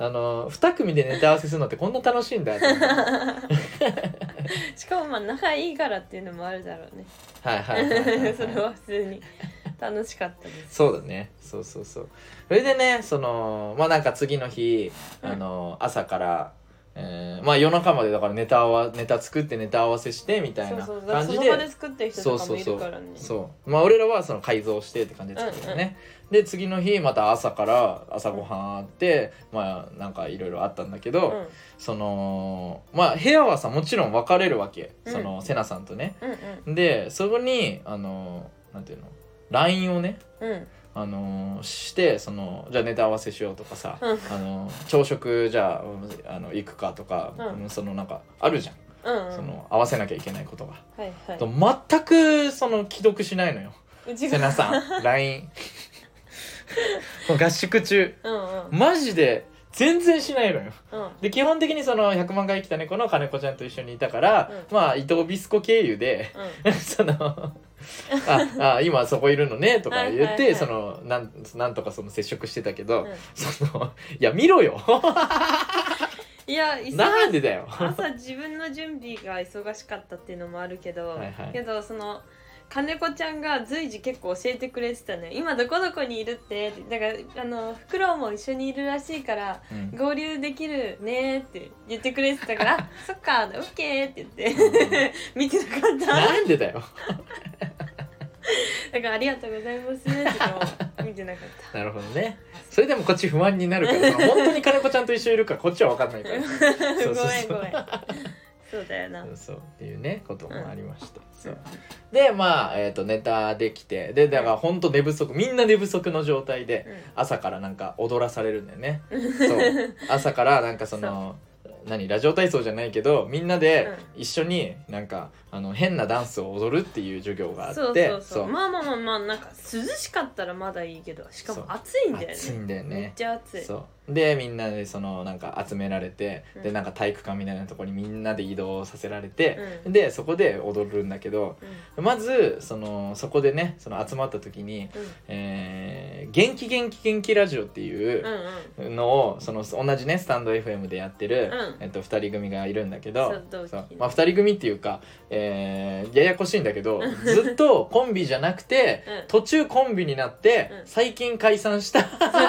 2組でネタ合わせするのってこんな楽しいんだって思ってしかもまあ仲いいからっていうのもあるだろうねはいそれは普通に楽しかったですそうだねそうそれでねまあなんか次の日朝からまあ夜中までだからネタ作ってネタ合わせしてみたいな感じでその場で作ってる人とかもいるからねそうまあ俺らはその改造してって感じで作ってるね、で次の日また朝から朝ごはんあって、まあなんかいろいろあったんだけど、そのまあ部屋はさもちろん分かれるわけ、そのセナさんとね、でそこになんていうの LINE をね、してじゃあネタ合わせしようとかさ、朝食じゃあ行くかとか、そのなんかあるじゃん、その合わせなきゃいけないことが、全くその既読しないのよセナさんLINE 合宿中、マジで全然しないのよ、で基本的にその100万回生きた猫の金子ちゃんと一緒にいたから、まあ伊藤ビスコ経由で、その今そこいるのねとか言って、そのなんとかその接触してたけど、いや見ろよいやなんでだよ朝自分の準備が忙しかったっていうのもあるけど、けどその金子ちゃんが随時結構教えてくれてたね。今どこどこにいるってだからフクロウも一緒にいるらしいから、合流できるねって言ってくれてたからそっかオッケーって言って見てなかった。 なんでだよだからありがとうございますって見てなかった。 なるほどね。それでもこっち不安になるから本当に金子ちゃんと一緒いるかこっちは分かんないからごめんそうだよな。 そうっていうねこともありました、そうでまあ、ネタできてでだから本当寝不足みんな寝不足の状態で、朝からなんか踊らされるんだよね、そう朝からなんかそのラジオ体操じゃないけどみんなで一緒になんか変なダンスを踊るっていう授業があって、 そうまあなんか涼しかったらまだいいけど、しかも暑いんだよね。 暑いんだよね。 めっちゃ暑い。 そうでみんなでなんか集められて、でなんか体育館みたいなところにみんなで移動させられて、でそこで踊るんだけど、まずそこでね集まった時に、元気元気元気ラジオっていうのを同じねスタンド FM でやってる、2人組がいるんだけど、まあ、2人組っていうか、ややこしいんだけどずっとコンビじゃなくて、途中コンビになって、最近解散した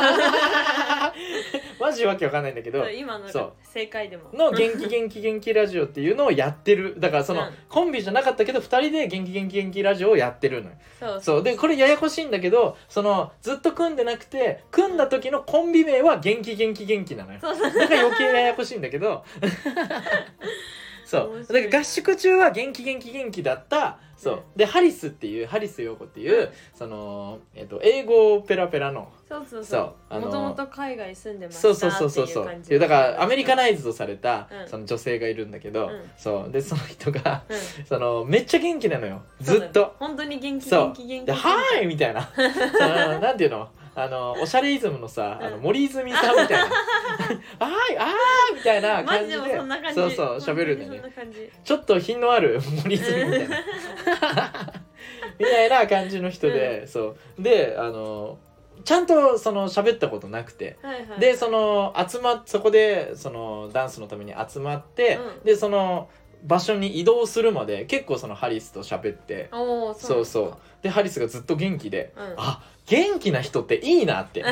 マジわけわかんないんだけど、 今の正解でもの元気元気元気ラジオっていうのをやってる。だからコンビじゃなかったけど2人で元気元気元気ラジオをやってるのよ。そうでこれややこしいんだけど、ずっと組んでなくて組んだ時のコンビ名は元気元気元気なのよ。だから余計ややこしいんだけどそうだから合宿中は元気元気元気だった。そうでハリス陽子っていう英語ペラペラのそうもともと海外住んでましたっていう感じだからアメリカナイズドされた女性がいるんだけど、そうでその人がめっちゃ元気なのよ、ずっと。 本当に元気元気元気ではーいみたいななんていうのおしゃれイズムのさ森泉さんみたいなあーみたいな感じでそう喋るんだよね。ちょっと品のある森泉みたいなみたいな感じの人で、そうでちゃんと喋ったことなくて、でそこでダンスのために集まって、で場所に移動するまで結構ハリスと喋って、そうでハリスがずっと元気で、あ元気な人っていいなって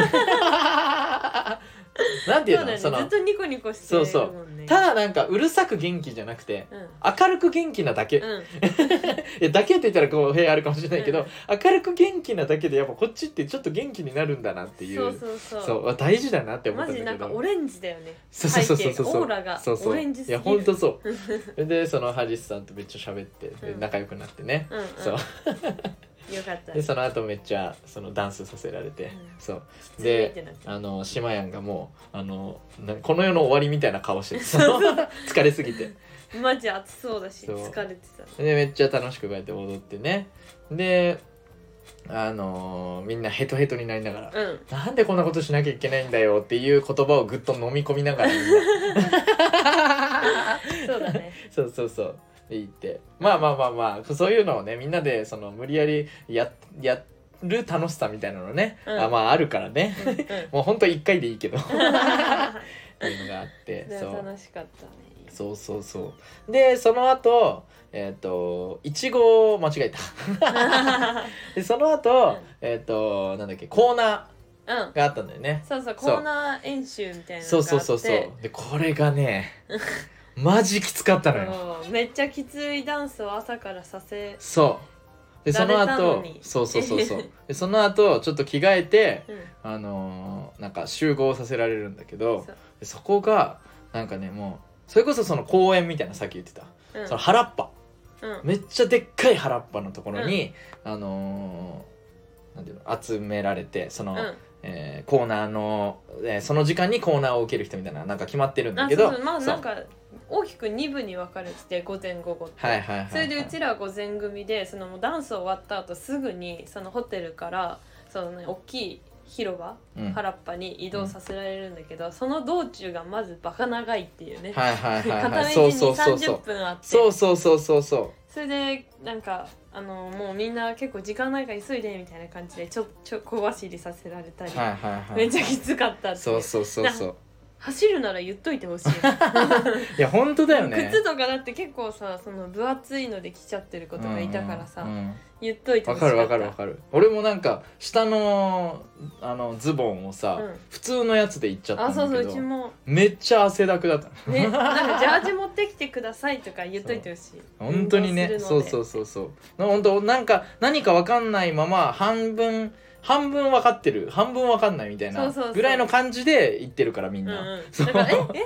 なんていうの、 ずっとニコニコしてるもんね。 ただなんかうるさく元気じゃなくて、明るく元気なだけ、いやだけって言ったら語弊あるかもしれないけど、明るく元気なだけでやっぱこっちってちょっと元気になるんだなっていう、そう大事だなって思ったんだけど、 マジなんかオレンジだよね。 そうオーラがオレンジすぎる。 いやほんとそうでハリスさんとめっちゃ喋って仲良くなってね、そうよかった。 でその後めっちゃダンスさせられて、そうでシマヤンがもうこの世の終わりみたいな顔してて疲れすぎてマジ暑そうだし疲れてた。 でめっちゃ楽しくこうやって踊ってね、でみんなヘトヘトになりながら、なんでこんなことしなきゃいけないんだよっていう言葉をぐっと飲み込みながらみんなそうだねそう言って、まあそういうのをねみんなで無理やりやる楽しさみたいなのね、あるからね、もうほんと1回でいいけどっていうのがあって、 楽しかったね。 そうでその後いちごを間違えたでその後なんだっけコーナーがあったんだよね。 コーナー演習みたいなのがあって、 そうでこれがねマジきつかったのよ。 めっちゃきついダンスを朝からさせでその後でその後ちょっと着替えて、なんか集合させられるんだけど、そこがなんかねもうそれこそ公園みたいなさっき言ってた、原っぱ、めっちゃでっかい原っぱのところに、なんていうの集められてコーナーの、その時間にコーナーを受ける人みたいななんか決まってるんだけど、 なんか大きく2部に分かれてて午前午後って、それでうちらは午前組でダンス終わった後すぐにホテルから大きい広場、原っぱに移動させられるんだけど、その道中がまずバカ長いっていうね、片道に30分あって、それでなんかもうみんな結構時間ないから急いでみたいな感じでちょ小走りさせられたり、めっちゃきつかったって。そう走るなら言っといてほしいいや本当だよね。 靴とかだって結構さ分厚いので来ちゃってる子とかいたからさ、言っといてほしかった。 わかる。俺もなんか下のズボンをさ、普通のやつで行っちゃったんだけど、 うちもめっちゃ汗だくだったね。なんかジャージ持ってきてくださいとか言っといてほしい。 本当にね、そう本当なんか何かわかんないまま半分分かってる半分分かんないみたいなぐらいの感じで言ってるからみんな、 だからどこ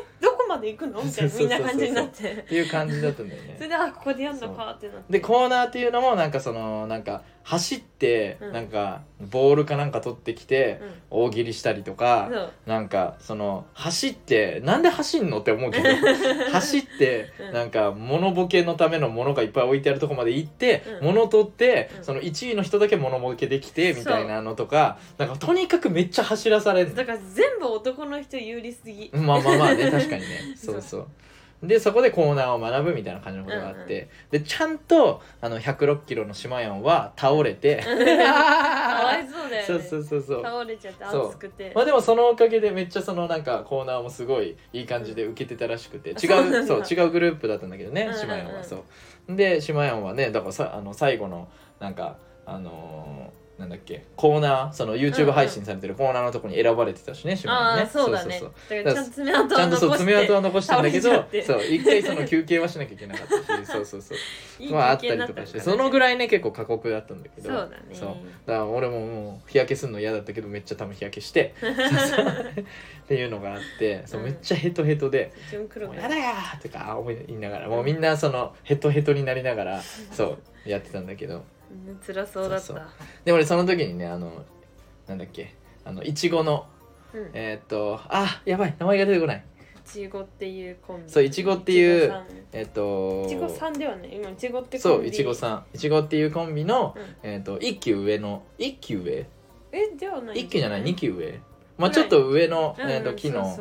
こまで行くのみたいなみんな感じになってっていう感じだったんだよね。 それでここでやんのかってなってでコーナーっていうのもなんかそのなんか走ってなんかボールかなんか取ってきて大喜利したりとか、なんかその走ってなんで走んのって思うけど走ってなんか物ボケのためのものがいっぱい置いてあるとこまで行って物取ってその1位の人だけ物ボケできてみたいなのとか、なんかとにかくめっちゃ走らされる。 だから全部男の人有利すぎ。 まあね確かにねそうそうでそこでコーナーを学ぶみたいな感じのことがあって、でちゃんと106キロのシマヤンは倒れてかわいそうだよね。 そう倒れちゃって熱くて、 まあでもそのおかげでめっちゃそのなんかコーナーもすごいいい感じで受けてたらしくて、違うグループだったんだけどね、シマヤンは。そうでシマヤンはねだから最後のなんかなんだっけコーナーその YouTube 配信されてるコーナーのとこに選ばれてたしね、島根ね。 そうだね。だからちゃんと爪痕は残してんだけど、そう一回その休憩はしなきゃいけなかったし、そうまああったりとかして、そのぐらいね結構過酷だったんだけど、 そうだね。 そうだから俺もう日焼けするの嫌だったけどめっちゃ多分日焼けしてっていうのがあって、そうめっちゃヘトヘトで「もうやだや!」とか思いながら、もうみんなそのヘトヘトになりながらそうやってたんだけど。 辛そうだった。 で俺その時にねなんだっけいちごの、やばい名前が出てこない。 いちごっていうコンビ。 そういちごっていういちごさんではね今いちごってコンビ。 そういちごさんいちごっていうコンビの、1期上の1期上ではない 1期じゃない2期上、まあちょっと上の期の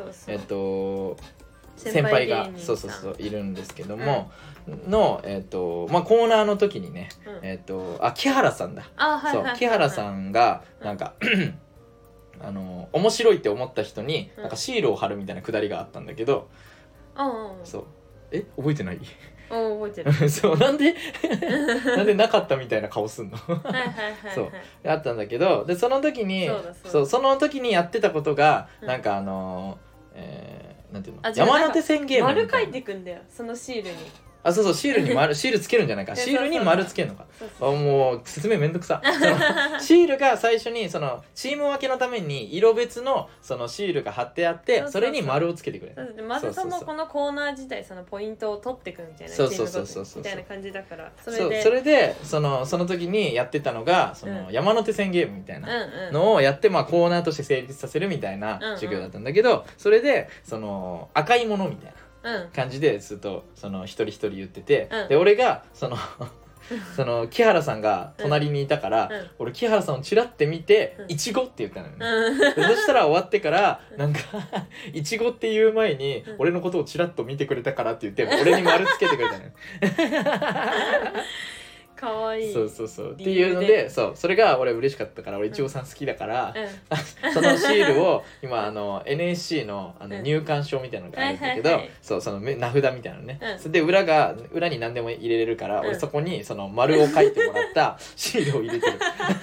先輩がそういるんですけども、のまあコーナーの時にね木原さんだ。そう木原さんがなんか面白いって思った人になんかシールを貼るみたいなくだりがあったんだけど、そう覚えてない？ 覚えてる。 そうなんでなかったみたいな顔すんのそうあったんだけど、でその時にその時にやってたことがなんかなんていうの山手線ゲームみたいな丸書いてくんだよそのシールに。 そうシールにシールつけるんじゃないか、シールに丸つけるのか。もう説明めんどくさシールが最初にそのチーム分けのために色別のそのシールが貼ってあってそれに丸をつけてくれる。 まずもこのコーナー自体そのポイントを取ってくみたいなチームごとみたいな感じだから、それでその時にやってたのがその山手線ゲームみたいなのをやって、まあコーナーとして成立させるみたいな授業だったんだけど、それでその赤いものみたいな感じでずっとその一人一人言ってて、で俺がその木原さんが隣にいたから、俺木原さんをチラって見て「いちご」って言ったのよね。そしたら終わってからなんか「いちご」って言う前に俺のことをチラッと見てくれたからって言って俺に丸つけてくれたのよ。 かわいい。 そうっていうのでそれが俺嬉しかったから、俺いちごさん好きだから、そのシールを今NSC の入館証みたいなのがあるんだけど、その名札みたいなのね、で裏に何でも入れれるから、俺そこにその丸を書いてもらったシールを入れてる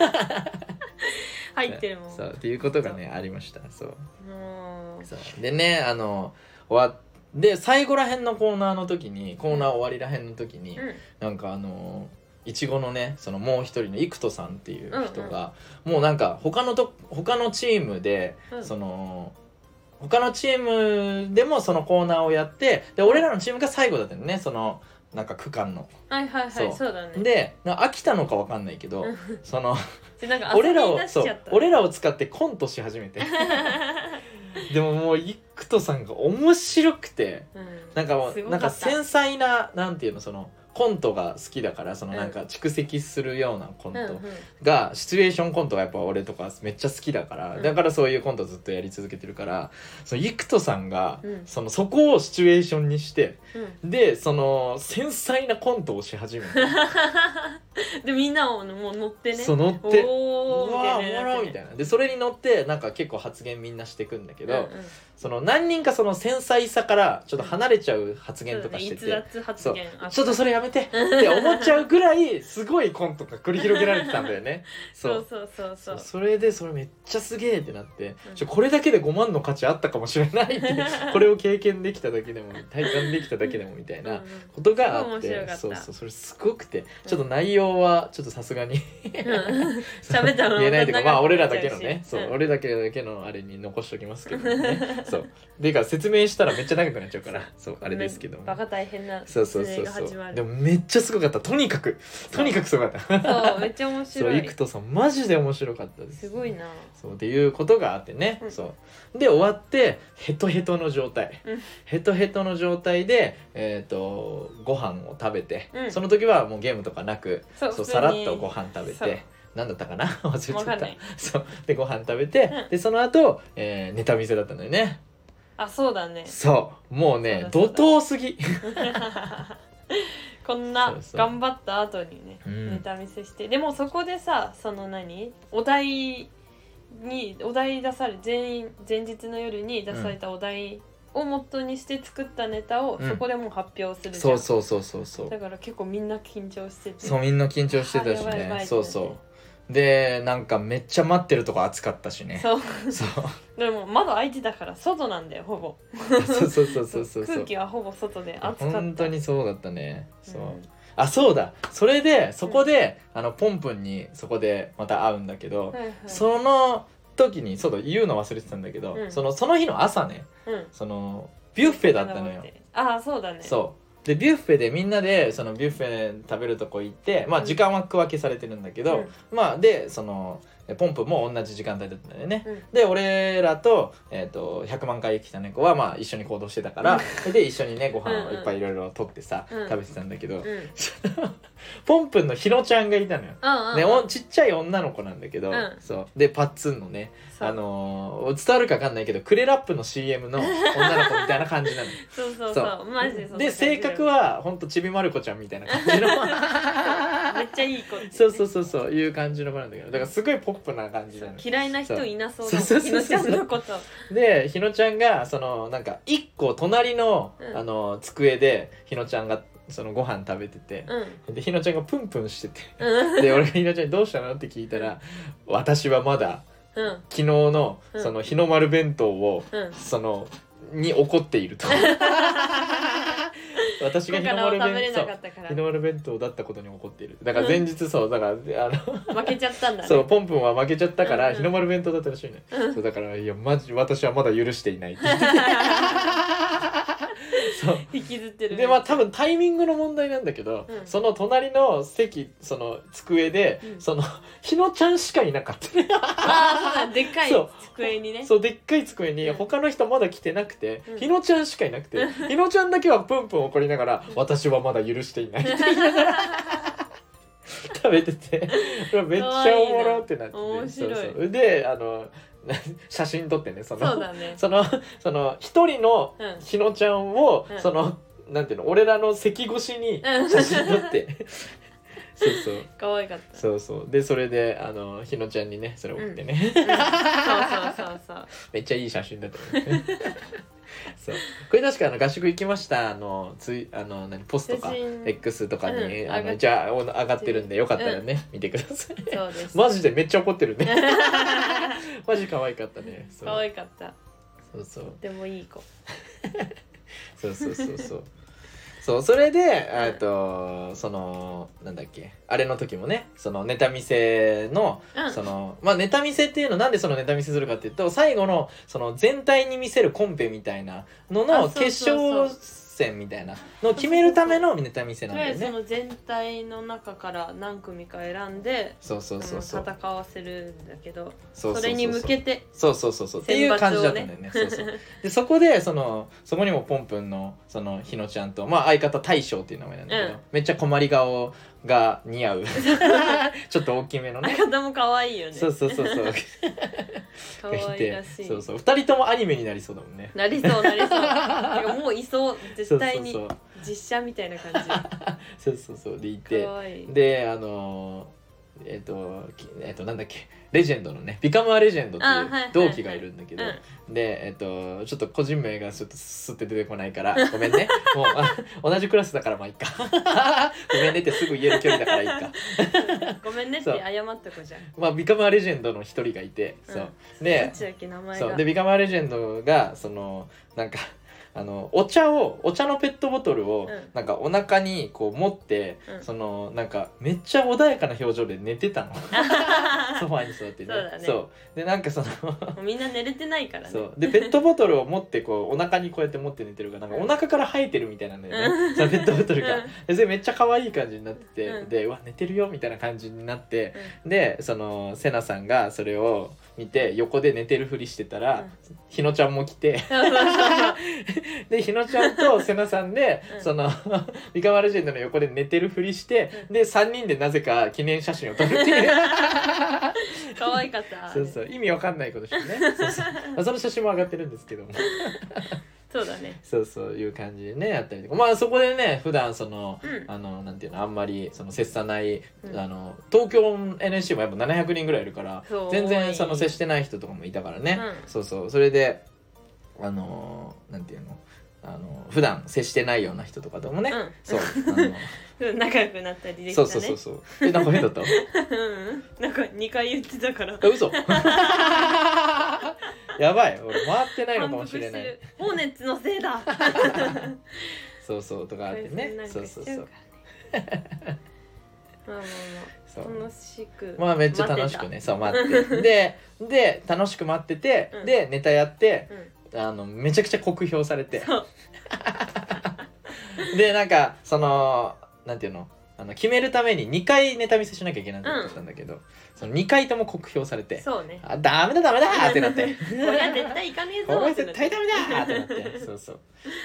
入ってるもん。 そうっていうことがねありました。そうでねで最後らへんのコーナー終わりらへんの時に、なんかいちごのねそのもう一人の生徒さんっていう人が、もうなんか他のチームで、その他のチームでもそのコーナーをやって、で俺らのチームが最後だったのね、そのなんか区間の。 そうだね。 で飽きたのかわかんないけどその俺らを使ってコントし始めてでももう生徒さんが面白くて、なんか繊細ななんていうのそのコントが好きだから、そのなんか蓄積するようなコントが、シチュエーションコントがやっぱ俺とかめっちゃ好きだから、だからそういうコントずっとやり続けてるから、そのイクトさんがそこをシチュエーションにして、でその繊細なコントをし始めてでみんなをもう乗ってね、 乗っておうわおもろみたいなで、それに乗ってなんか結構発言みんなしてくんだけど、その何人かその繊細さからちょっと離れちゃう発言とかしてて、ちょっとそれやめてって思っちゃうぐらいすごいコントが繰り広げられてたんだよね。 そうそれでそれめっちゃすげえってなって、これだけで5万の価値あったかもしれないってこれを経験できただけでも体感できただけでもみたいなことがあって、それすごくてちょっと内容想はちょっとさすがに喋ったの言えないというか、まあ俺らだけのね、そう、 うん、 俺だけのあれに残しときますけどねそうでか説明したらめっちゃ長くなっちゃうからそうあれですけども、 バカ大変なそう説明が始まる。 でもめっちゃすごかった。とにかくすごかったそうめっちゃ面白い。 そう、イクトさんマジで面白かったです。 すごいな。 そうっていうことがあってね、そうで終わってヘトヘトの状態、ヘトヘトの状態でご飯を食べて、その時はもうゲームとかなく、そうさらっとご飯食べて、何だったかな忘れちゃった。そうでご飯食べて、でその後、ネタ見せだったんだよね。 あ、そうだね。 そうもうね怒涛すぎこんな頑張った後にね、ネタ見せして、でもそこでさ、そのお題出され、前日の夜に出されたお題を元にして作ったネタをそこでもう発表するじゃん、そうだから結構みんな緊張してて、 そうみんな緊張してたしね、そうでなんかめっちゃ待ってるとこ暑かったしね、そうでも窓開いてたから外なんだよほぼそう空気はほぼ外で暑かった。 本当にそうだったね。そう、あ、そうだ、それでそこで、ポンプンにそこでまた会うんだけど、その時にそうだ言うの忘れてたんだけど、その日の朝ね、そのビュッフェだったのよ。 あ、そうだね。 そうでビュッフェでみんなでそのビュッフェ食べるとこ行って、まあ時間は区分けされてるんだけど、まあでそのポンプも同じ時間帯だったんだよね、で俺らと、100万回来た猫はまあ一緒に行動してたから、で一緒にねご飯をいっぱいいろいろ取ってさ、食べてたんだけど、ポンプのひろちゃんがいたのよ、ちっちゃい女の子なんだけど、そうでパッツンのね、伝わるか分かんないけどクレラップの CM の女の子みたいな感じなのそうマジでで性格はほんとちびまる子ちゃんみたいな感じのめっちゃいい子、ね、 そういう感じの子なんだけど、だからすごいポップな感じなの。 嫌いな人いなそうだもん、ひのちゃんのことでひのちゃんがそのなんか一個隣の、机でひのちゃんがそのご飯食べてて、でひのちゃんがプンプンしてて、で俺がひのちゃんにどうしたのって聞いたら、私はまだ昨日のその日の丸弁当を、そのに怒っていると私が日の丸弁当だったことに怒っている。だから前日そうだから負けちゃったんだね。 そうポンプンは負けちゃったから日の丸弁当だったらしいね。そうだからいやマジ私はまだ許していないって言ってそう引きずってる、ね、 でまあ多分タイミングの問題なんだけど、その隣の席その机で、そのひのちゃんしかいなかったああそうだ、でっかい机にね、 そうでっかい机に他の人まだ来てなくて、ひのちゃんしかいなくて、ひのちゃんだけはプンプン怒りながら私はまだ許していないって言いながら食べててめっちゃおもろってなってて、 面白い。 そうで写真撮ってね、 そうだね、 その一人のひのちゃんを、そのなんていうの俺らの席越しに写真撮ってそう可愛かった。 そうでそれでひのちゃんにねそれ送ってね、 そうめっちゃいい写真だったねそうこれ確か合宿行きましたポスとか X とかに、じゃあ上がってるんでよかったらね、見てください。 そうですマジでめっちゃ怒ってるねマジ可愛かったね。 可愛かった。 そうでもいい子そうそれでそのなんだっけあれの時もね、そのネタ見せの、そのまあネタ見せっていうのなんでそのネタ見せするかっていうと、最後のその全体に見せるコンペみたいなのの決勝戦みたいなのを決めるためのネタ見せなんだよね。 その全体の中から何組か選んで戦わせるんだけど、それに向けてそうっていう感じだったんだよね。でそこでそこにもポンプンのそのひのちゃんと、まあ相方大将っていう名前なんだけど、めっちゃ困り顔が似合うちょっと大きめのね。 相方も可愛いよね。 そう可愛いらしい。 そう2人ともアニメになりそうだもんね。 なりそうなんかもういそう、絶対に実写みたいな感じ。 そうでいて、 可愛い。 でなんだっけレジェンドのねビカムアレジェンドっていう同期がいるんだけど、でちょっと個人名がちょっとスッて出てこないからごめんねもう同じクラスだからまあいいかごめんねってすぐ言える距離だからいいかごめんねって謝った子じゃん。 まあビカムアレジェンドの一人がいて、そうでどっちだっけ名前が。 でビカムアレジェンドがそのなんかお茶のペットボトルをうんなんかお腹にこう持って、 うんそのなんかめっちゃ穏やかな表情で寝てたのソファーに座ってね。 そうだねそうでなんかそのもうみんな寝れてないからね。 そうでペットボトルを持ってこうお腹にこうやって持って寝てるからなんかお腹から生えてるみたいなんだよね、そのペットボトルが。でそれめっちゃ可愛い感じになってて、 うんでうわ寝てるよみたいな感じになって、でそのセナさんがそれを見て横で寝てるふりしてたら、ひのちゃんも来てでひのちゃんとセナさんで、そのビカマルジェンドの横で寝てるふりして、で3人でなぜか記念写真を撮るっていう可愛かった。 そうそう意味わかんないことしてねその写真も上がってるんですけどもそうだね。 そういう感じでねやったりとか、まあそこでね普段その、 うんなんていうのあんまりその接さない、 うん東京 NSC もやっぱ700人ぐらいいるからそう全然その接してない人とかもいたからね、 うんそれでなんていうの普段接してないような人とかともね、 うんそう仲良くなったりできたね。 そうなんか変だったうんなんか2回言ってたから。 嘘やばい俺回ってないのかもしれない。 ホーネッツのせいだそうとかあってね。そうまあそう楽しくまあめっちゃ楽しくねそう待ってで楽しく待ってて、 うんでネタやってうんめちゃくちゃ酷評されてそうでなんかそのなんていうの決めるために2回ネタ見せしなきゃいけないって言ってたんだけど、その2回とも酷評されてそうね。 あダメだってなってこれは絶対いかねえぞこれってなって絶対ダメだってなってそう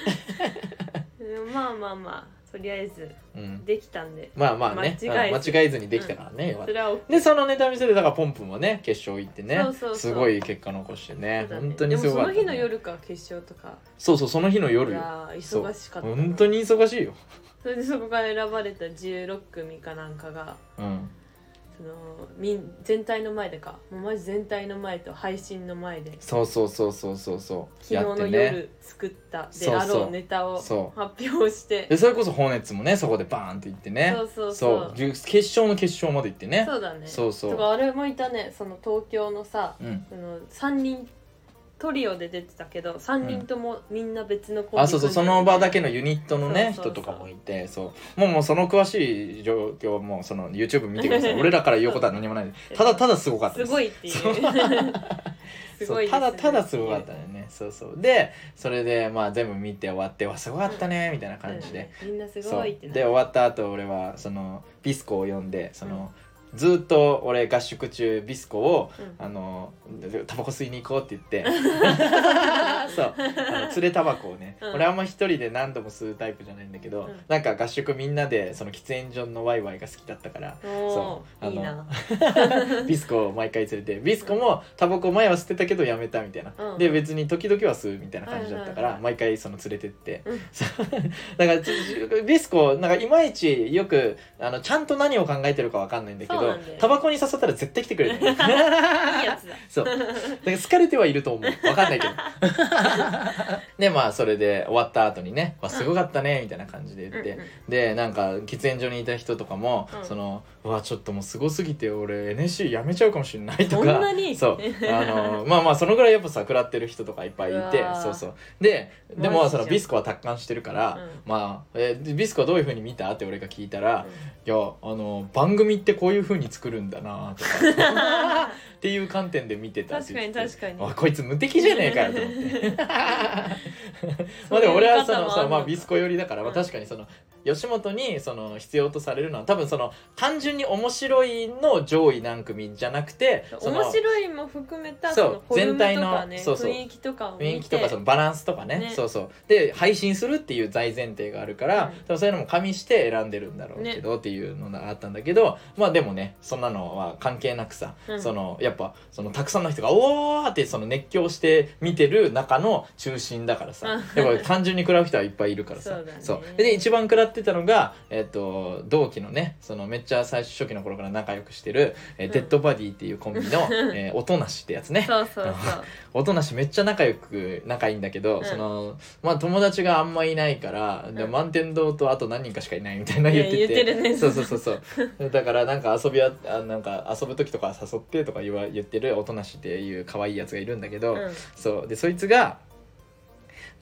まあとりあえずうんできたんで、 まあね間間違えずにできたからね、よかったそれは OK でそのネタ見せでだからポンプもね決勝行ってねそうすごい結果残してねそうだね本当にすごかった、ね、 でもその日の夜か決勝とかそうその日の夜よいやー忙しかったな。 本当に忙しいよそれでそこから選ばれた16組かなんかがうんその全体の前でかもうマジ全体の前と配信の前でそう昨日の夜作ったであろうネタを発表してでそれこそホーネッツもねそこでバーンと行ってねそう決勝の決勝まで行ってねそうだねとかあれもいたねその東京のさ、 うんその3人トリオで出てたけど3人ともみんな別のコンビ組んでその場だけのユニットのねそう人とかもいてもうその詳しい状況はもうその YouTube 見てください俺らから言うことは何もないただすごかったですすごいっていうすごいですねただすごかったねでそれでまあ全部見て終わってわすごかったねみたいな感じで、 みんなすごいってで終わった後俺はそのビスコを呼んでずっと俺合宿中ビスコを、タバコ吸いに行こうって言ってそう連れタバコをね、俺あんま一人で何度も吸うタイプじゃないんだけど、なんか合宿みんなでその喫煙所のワイワイが好きだったからそういいなビスコを毎回連れてビスコもタバコ前は吸ってたけどやめたみたいな、で別に時々は吸うみたいな感じだったから、毎回その連れてって、だからビスコなんかいまいちよくちゃんと何を考えてるかわかんないんだけどタバコに誘ったら絶対来てくれるいいやつだそうだから好かれてはいると思うわかんないけどでまあそれで終わった後にね「すごかったね」みたいな感じで言って、でなんか喫煙所にいた人とかも、うわちょっともうすごすぎて俺 NSC 辞めちゃうかもしれないとかそんなにそうまあそのぐらいやっぱさ食らってる人とかいっぱいいてでもそのビスコは達観してるから、まあビスコはどういう風に見たって俺が聞いたら、いや番組ってこういう風に作るんだなとかっていう観点で見てたって言って確かにこいつ無敵じゃねえかよと思ってまあでも俺はまあビスコ寄りだから、確かにその吉本にその必要とされるのは多分その単純に面白いの上位何組じゃなくて面白いも含めたそう全体の雰囲気とかそのバランスとかねで配信するっていう大前提があるから、多分そういうのも加味して選んでるんだろうけど、っていうのがあったんだけど、まあでもねそんなのは関係なくさ、やっぱそのたくさんの人がおーってその熱狂して見てる中の中心だからさ、やっぱ単純に食らう人はいっぱいいるからさで一番食らってたのが、同期のねそのめっちゃ最初期の頃から仲良くしてる、デッドバディっていうコンビの、音無しってやつね音無しめっちゃ仲いいんだけど、まあ友達があんまいないから、で満天堂とあと何人かしかいないみたいな言ってて、そうだからなんかなんか遊ぶ時とか誘ってとか言ってる音無しっていう可愛いやつがいるんだけど、そうでそいつが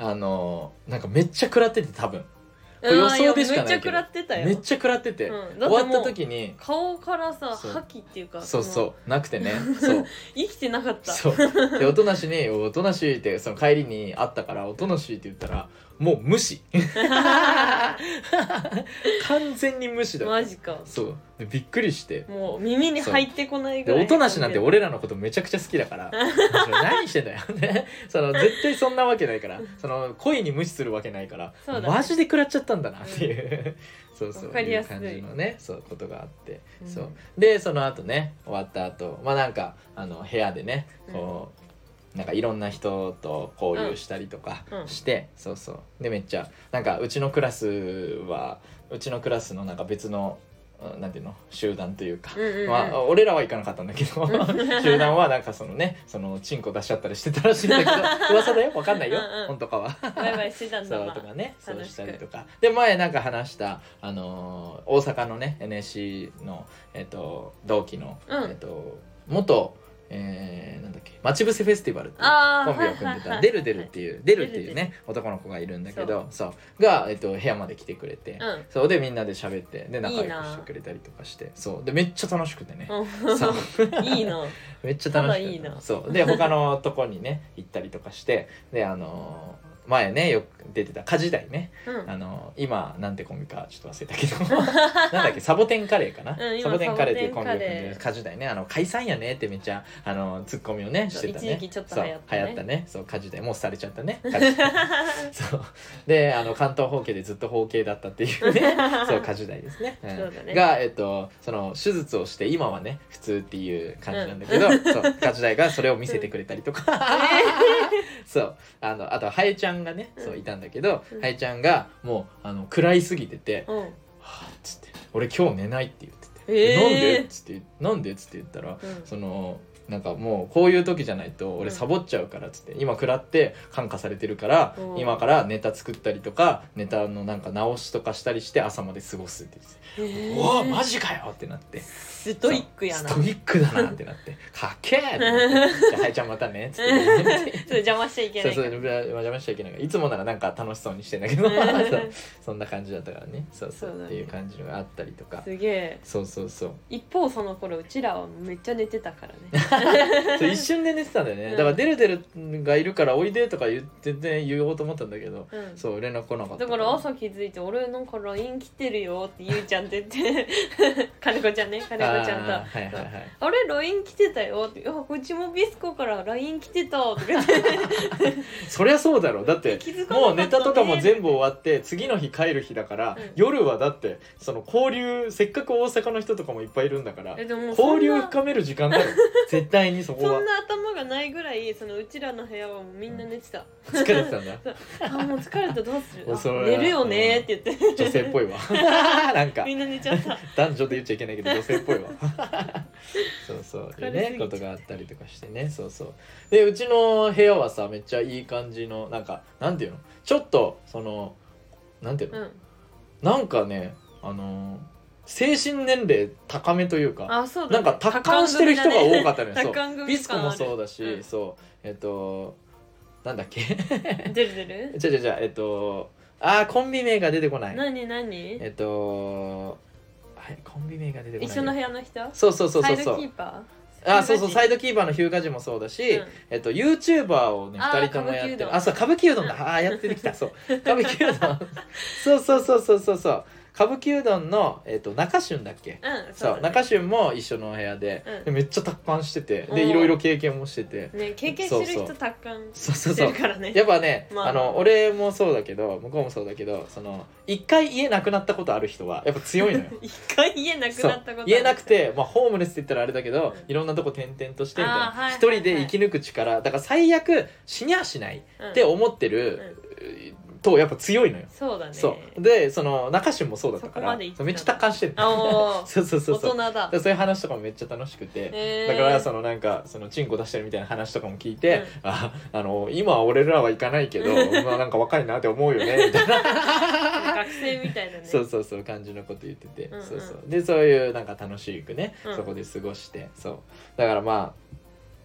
なんかめっちゃ食らってて多分予想でしかないけどめっちゃ食らってたよ。めっちゃ食らってて、終わった時に顔からさ覇気っていうかそうなくてねそう生きてなかった。 そうでおとなしにおとなしいってその帰りに会ったからおとなしいって言ったらもう無視完全に無視だった。 マジか。 そうびっくりしてもう耳に入ってこないぐらい。 おとなしなんて俺らのことめちゃくちゃ好きだから何してんだよね絶対そんなわけないから恋に無視するわけないから、ね、マジで食らっちゃったんだなっていう、そう分かりやすいいう感じのねそうことがあって、そうでその後ね終わった後なんか部屋でねこう、なんかいろんな人と交流したりとかして、そうでめっちゃなんかうちのクラスのなんか別のなんていうの集団というか、俺らは行かなかったんだけど集団はなんかチンコ出しちゃったりしてたらしいんだけど噂だよわかんないよ本当かはバイバイしてたんだそうとかねそうしたりとかで前なんか話した大阪のね NSC の同期の元なんだっけ待ち伏せフェスティバルっていうコンビを組んでたデルっていうね男の子がいるんだけどそうが、部屋まで来てくれて、そうでみんなで喋ってで仲良くしてくれたりとかしてそうでめっちゃ楽しくてねそういいなめっちゃ楽しくていいなそうで他のとこにね行ったりとかしてで前ねよく出てた家事代ね、今なんてコンビかちょっと忘れたけどなんだっけサボテンカレーかな、サボテンカレーっていうコンビを組んで家事代ね解散やねってめっちゃツッコミをねしてたね。 一時期ちょっと流行ったねそう家事代もう廃れちゃったねそうで関東包茎でずっと包茎だったっていうねそう家事代ですね、がその手術をして今はね普通っていう感じなんだけど、そう家事代がそれを見せてくれたりとかそうあとハエちゃんがねそういたんだけど、ハエちゃんがもう暗いすぎてて、はあっつって俺今日寝ないって言ってて、なんでっつってなんでっつって言ったら、なんかもうこういう時じゃないと俺サボっちゃうからっつって、今食らって感化されてるから今からネタ作ったりとかネタのなんか直しとかしたりして朝まで過ごすって言って、うわマジかよってなって、 ストイックやな、 ストイックだなってなってかっけーってなってじゃあはいちゃんまたねっつってそれ邪魔しちゃいけないそう邪魔しちゃいけないからいつもならなんか楽しそうにしてんだけどそんな感じだったからねそうっていう感じのがあったりとか、 すげえそう一方その頃うちらはめっちゃ寝てたからねそう一瞬で寝てたんだよね、だからデルがいるからおいでとか全然言おうと思ったんだけど、そう連絡来なかっただから朝気づいて俺なんか LINE 来てるよってゆうちゃんって言って金子ちゃんね金子ちゃんとあれ LINE 来てたよってうちもビスコから LINE 来てたとか言ってそりゃそうだろうだってもうネタとかも全部終わって次の日帰る日だから、夜はだってその交流せっかく大阪の人とかもいっぱいいるんだから交流深める時間だよ絶対にそこはそんな頭がないぐらいそのうちらの部屋はもうみんな寝てた、 疲れてたんだあもう疲れたどうする寝るよねって言って女性っぽいわなんかみんな寝ちゃった男女で言っちゃいけないけど女性っぽいわそういうねことがあったりとかしてねでうちの部屋はさめっちゃいい感じのなんかなんていうのちょっとそのなんていうの、なんかね精神年齢高めというか、なんか達観してる人が多かったのよ。そうビスコもそうだし、そうなんだっけ出るじゃコンビ名が出てこない。 何はいコンビ名が出てこない。 一緒の部屋の人？ そうサイドキーパー？そうサイドキーパーのヒューガジもそうだし、YouTuber をね2人ともやってる。そう歌舞伎うどんだ。やってできた。そう歌舞伎うどんそう歌舞伎うどんの、中旬だっけ、そう中旬も一緒の部屋で、めっちゃ達観しててでいろいろ経験もしてて、 経験してる人達観してるからね。 やっぱね、俺もそうだけど向こうもそうだけどその一回家なくなったことある人はやっぱ強いのよ一回家なくなったこと家なくて、ホームレスって言ったらあれだけど、いろんなとこ転々としてみたいな、一人で生き抜く力だから最悪死にゃしないって思ってる、とやっぱ強いのよ。 そうだね。 でその中旬もそうだったからめっちゃ達観してるそう大人だ。 そういう話とかもめっちゃ楽しくて、だからそのなんかそのチンコ出してるみたいな話とかも聞いて、今は俺らは行かないけどなんか若いなって思うよねみたいな学生みたいなねそう感じのこと言ってて、でそういうなんか楽しくね、そこで過ごして、そうだから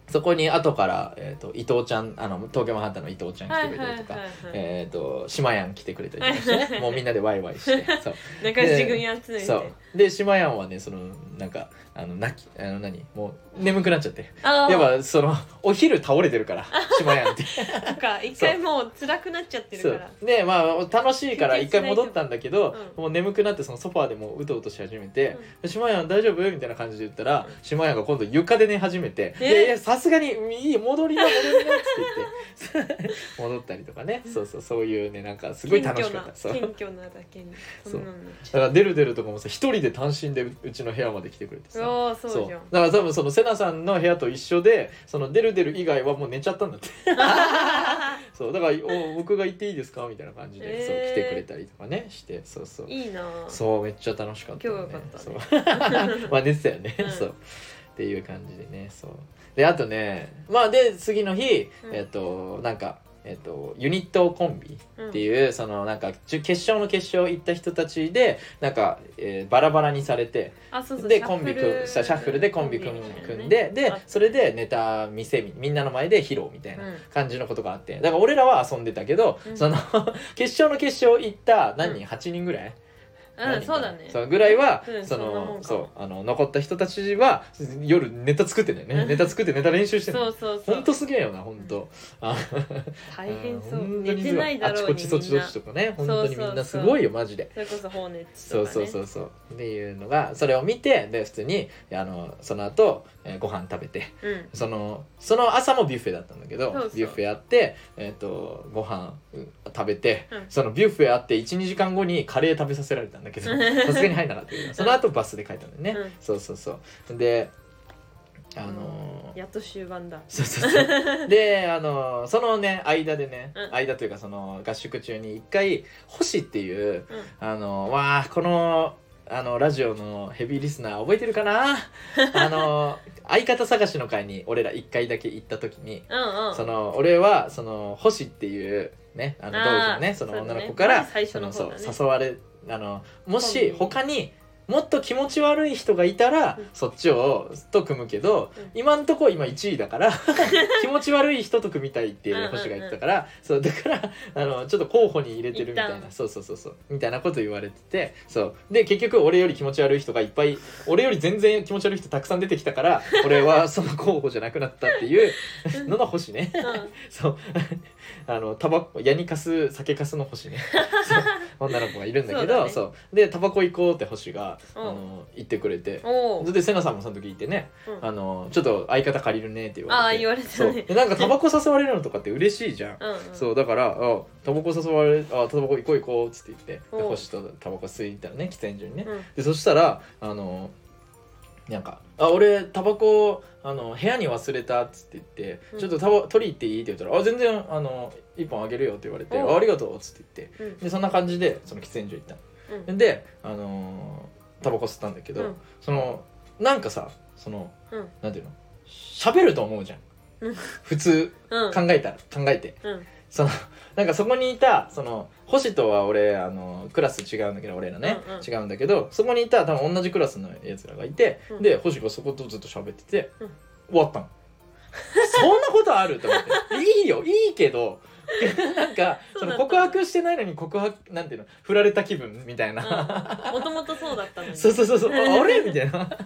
そこに後から、伊藤ちゃん東京マンハッタンの伊藤ちゃん来てくれたりとか島やん来てくれたりとかしてねもうみんなでワイワイしてそう中地組集めてそうで島やんはねなんかもう眠くなっちゃってやっぱお昼倒れてるから島やんってなんか一回もう辛くなっちゃってるからでまあ楽しいから一回戻ったんだけど、もう眠くなってそのソファーでもううとうとし始めて「島やん大丈夫?」みたいな感じで言ったら島やんが今度床で寝始めて「いやさすがにいい戻りな」って言って戻ったりとかねそういうねなんかすごい楽しかった謙虚なだけにそうだからデルデルとかもさ一人で単身でうちの部屋まで来てくれてさそうじゃんだから多分そのセナさんの部屋と一緒でそのデルデル以外はもう寝ちゃったんだってそうだから僕が行っていいですかみたいな感じで、そう来てくれたりとかねしてそういいなそうめっちゃ楽しかった今日よかったねそうまあ寝てたよね、そうっていう感じでねそうであとねまあで次の日、なんかユニットコンビっていう、そのなんか決勝行った人たちでなんか、バラバラにされてでコンビシャッフルでコンビ組んででそれでネタみんなの前で披露みたいな感じのことがあってだから俺らは遊んでたけど、その決勝行った何人、8人ぐらいそうだね。 そのぐらいは、 そう残った人たちは夜ネタ作ってんだよね。ネタ作ってネタ練習してんの。ほんとすげえよな、ほんと。 大変そう。寝てないだろうに。 あちこちそっちどっちとかね、ほんとにみんなすごいよ、マジで。 それこそホーネッツとかね。 そうっていうのが、それを見て、で普通にその後ご飯食べて、その朝もビュッフェだったんだけど、ビュッフェあってご飯食べて、そのビュッフェあって 1,2 時間後にカレー食べさせられたんだけど、さすがに入んなかったけど、その後バスで帰ったんだよね。そうでやっと終盤だ。 そうでそのね間でね、間というかその合宿中に一回星っていう、このラジオのヘビーリスナー覚えてるかな相方探しの会に俺ら1回だけ行った時に、俺はその星っていうね同期のねその女の子から、誘われもし他にもっと気持ち悪い人がいたら、そっちと組むけど、今んとこ今1位だから気持ち悪い人と組みたいって星が言ってたから、そうだからちょっと候補に入れてるみたいな、そうみたいなこと言われてて、そうで結局俺より気持ち悪い人がいっぱい、俺より全然気持ち悪い人たくさん出てきたから俺はその候補じゃなくなったっていうのの星ねそうタバコヤニカス酒カスの星ね女の子がいるんだけど、そうでタバコ行こうって星が言ってくれて、でセナさんもその時いてね、ちょっと相方借りるねって言われて、 言われてね、 でなんかタバコ誘われるのとかって嬉しいじゃん、そうだからタバコ誘われタバコ行こうっつって言って、で星とタバコ吸いたらね喫煙所にね、でそしたらなんか俺タバコ部屋に忘れたっつって言って、ちょっと取り行っていいって言ったら全然1本あげるよって言われて、ありがとうっつって言って、でそんな感じでその喫煙所行ったの、でタバコ吸ったんだけど、なんかさなんていうの喋ると思うじゃん、普通考えて、なんかそこにいた星とは俺クラス違うんだけど俺らね、違うんだけど、そこにいた多分同じクラスのやつらがいて、で星がそことずっと喋ってて、終わったのそんなことあると思っていいよいいけどなんか告白してないのになんていうの振られた気分みたいな、 もともとそうだったのにそうあれみたいな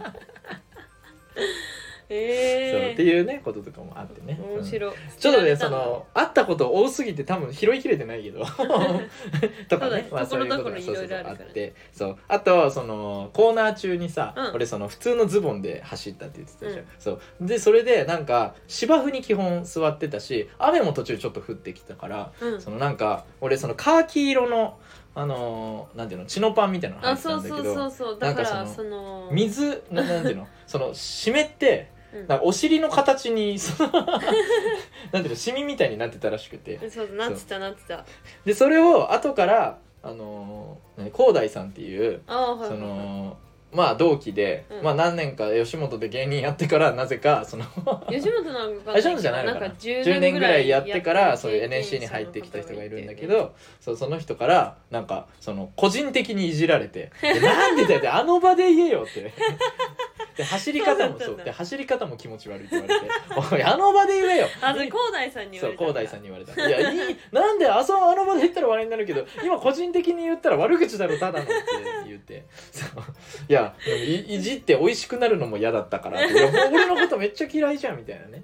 そうっていうねこととかもあってね、 面白い、 ちょっとね会ったこと多すぎて多分拾いきれてないけどとかね、 そういうことがいろいろあって、 あとコーナー中にさ、俺普通のズボンで走ったって言ってたじゃん、そうでそれでなんか芝生に基本座ってたし、雨も途中ちょっと降ってきたから、なんか俺カーキ色のなんていうのチノパンみたいなの入ってたんだけど、 だから水なんていうの湿ってなんかお尻の形になんていうのシミみたいになってたらしくて、 なってたでそれを後から広大さんっていう同期で、何年か吉本で芸人やってからなぜか吉本なんか吉本じゃないのかな、10年ぐらいやってからそういう NSC に入ってきた人がいるんだけど、その人からなんか個人的にいじられてなんでだよって場で言えよってで走り方もそうで走り方も気持ち悪いって言われておいあの場で言えよあ、それ広大さんに言われた。 そう広大さんに言われた。いやなんであの場で言ったら笑いになるけど今個人的に言ったら悪口だろただのって言ってそういやでもいじって美味しくなるのも嫌だったからっていやもう俺のことめっちゃ嫌いじゃんみたいなね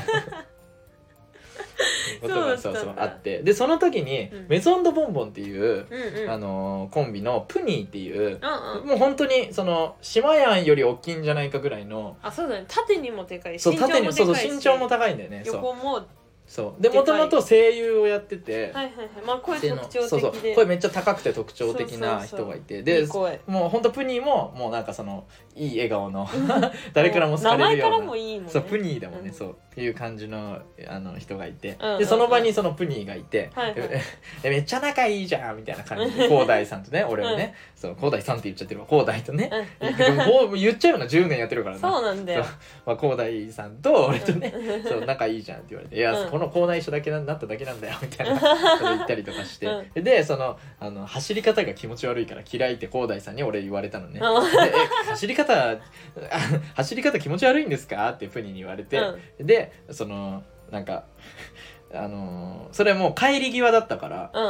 ことがそうあってでその時に、メゾンドボンボンっていう、コンビのプニーっていう、もう本当にその島やんより大きいんじゃないかぐらいのそうだね縦にもでかいし身長も高いんだよね横もそうでもともと声優をやってて、 まあ声特徴的で声めっちゃ高くて特徴的な人がいてでもうほんとプニーももうなんかそのいい笑顔の誰からも好かれるような名前からもいいもんねそうプニーだもんね、そうっていう感じの人がいて、でその場にそのプニーがいて、めっちゃ仲いいじゃんみたいな感じで広大さんとね俺をね、そう広大さんって言っちゃってるわ広大とね、でも言っちゃうよな10年やってるからなそうなんだよ広大さんと俺とねそう仲いいじゃんって言われていやこの校内一緒だけなっただけなんだよみたいなこと言ったりとかして、でその走り方が気持ち悪いから嫌いって広大さんに俺言われたのね。走り方気持ち悪いんですかってプニに言われて、でそのなんかそれもう帰り際だったから、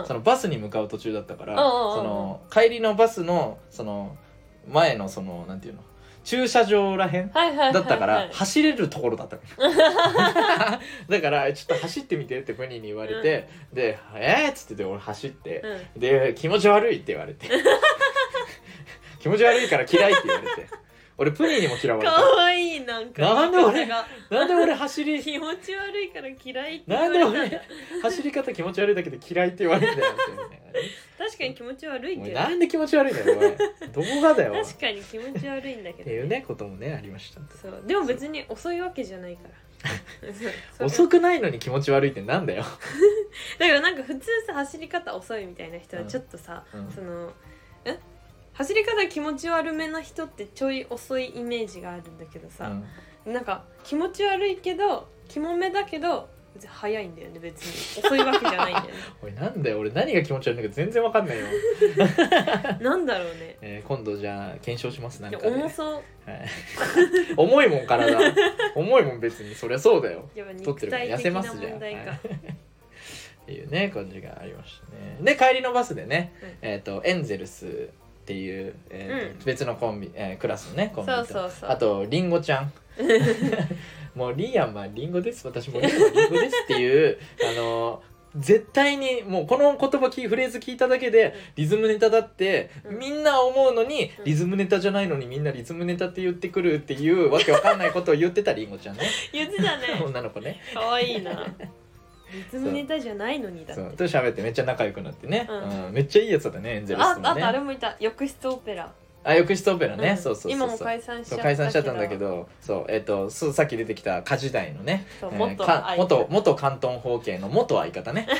そのバスに向かう途中だったから、その帰りのバスのその前のそのなんていうの駐車場らへんだったから走れるところだっただからちょっと走ってみてってプニーに言われて、でっつって俺走って、で気持ち悪いって言われて気持ち悪いから嫌いって言われて俺プニーにも嫌われた。 かわいいなんで俺走り気持ち悪いから嫌いって言われたんだ。なんで俺走り方気持ち悪いだけで嫌いって言われるんだよみたいな。 確かに気持ち悪いけどなんで気持ち悪いんだよお前どこがだよ確かに気持ち悪いんだけど、 っていうねこともねありました。 そうでも別に遅いわけじゃないから遅くないのに気持ち悪いってなんだよだからなんか普通さ走り方遅いみたいな人はちょっとさ、その走り方気持ち悪めな人ってちょい遅いイメージがあるんだけどさ、なんか気持ち悪いけどキモめだけど早いんだよね別に遅いわけじゃないんだよねおいなんだよ俺何が気持ち悪いのか全然わかんないよなんだろうね、 今度じゃあ検証しますなんかで重そう、はい、 重いもん体重いもん別にそりゃそうだよ取ってるから痩せますじゃんっていうね感じがありましたね。で帰りのバスでね、エンゼルスっていう、別のコンビ、クラスのねコンビとあとリンゴちゃんもうリンゴです私もリンゴですっていう絶対にもうこの言葉フレーズ聞いただけでリズムネタだってみんな思うのに、リズムネタじゃないのにみんなリズムネタって言ってくるっていうわけわかんないことを言ってたリンゴちゃんね言ってたね女の子ねかわいいなリズムネタじゃないのにだってそうと喋ってめっちゃ仲良くなってね、めっちゃいいやつだったねエンゼルスもね。 あれもいた浴室オペラ浴室オペラね、そう今も解散しちゃったんだけどそうさっき出てきた家事代のね元関東方形の元相方ね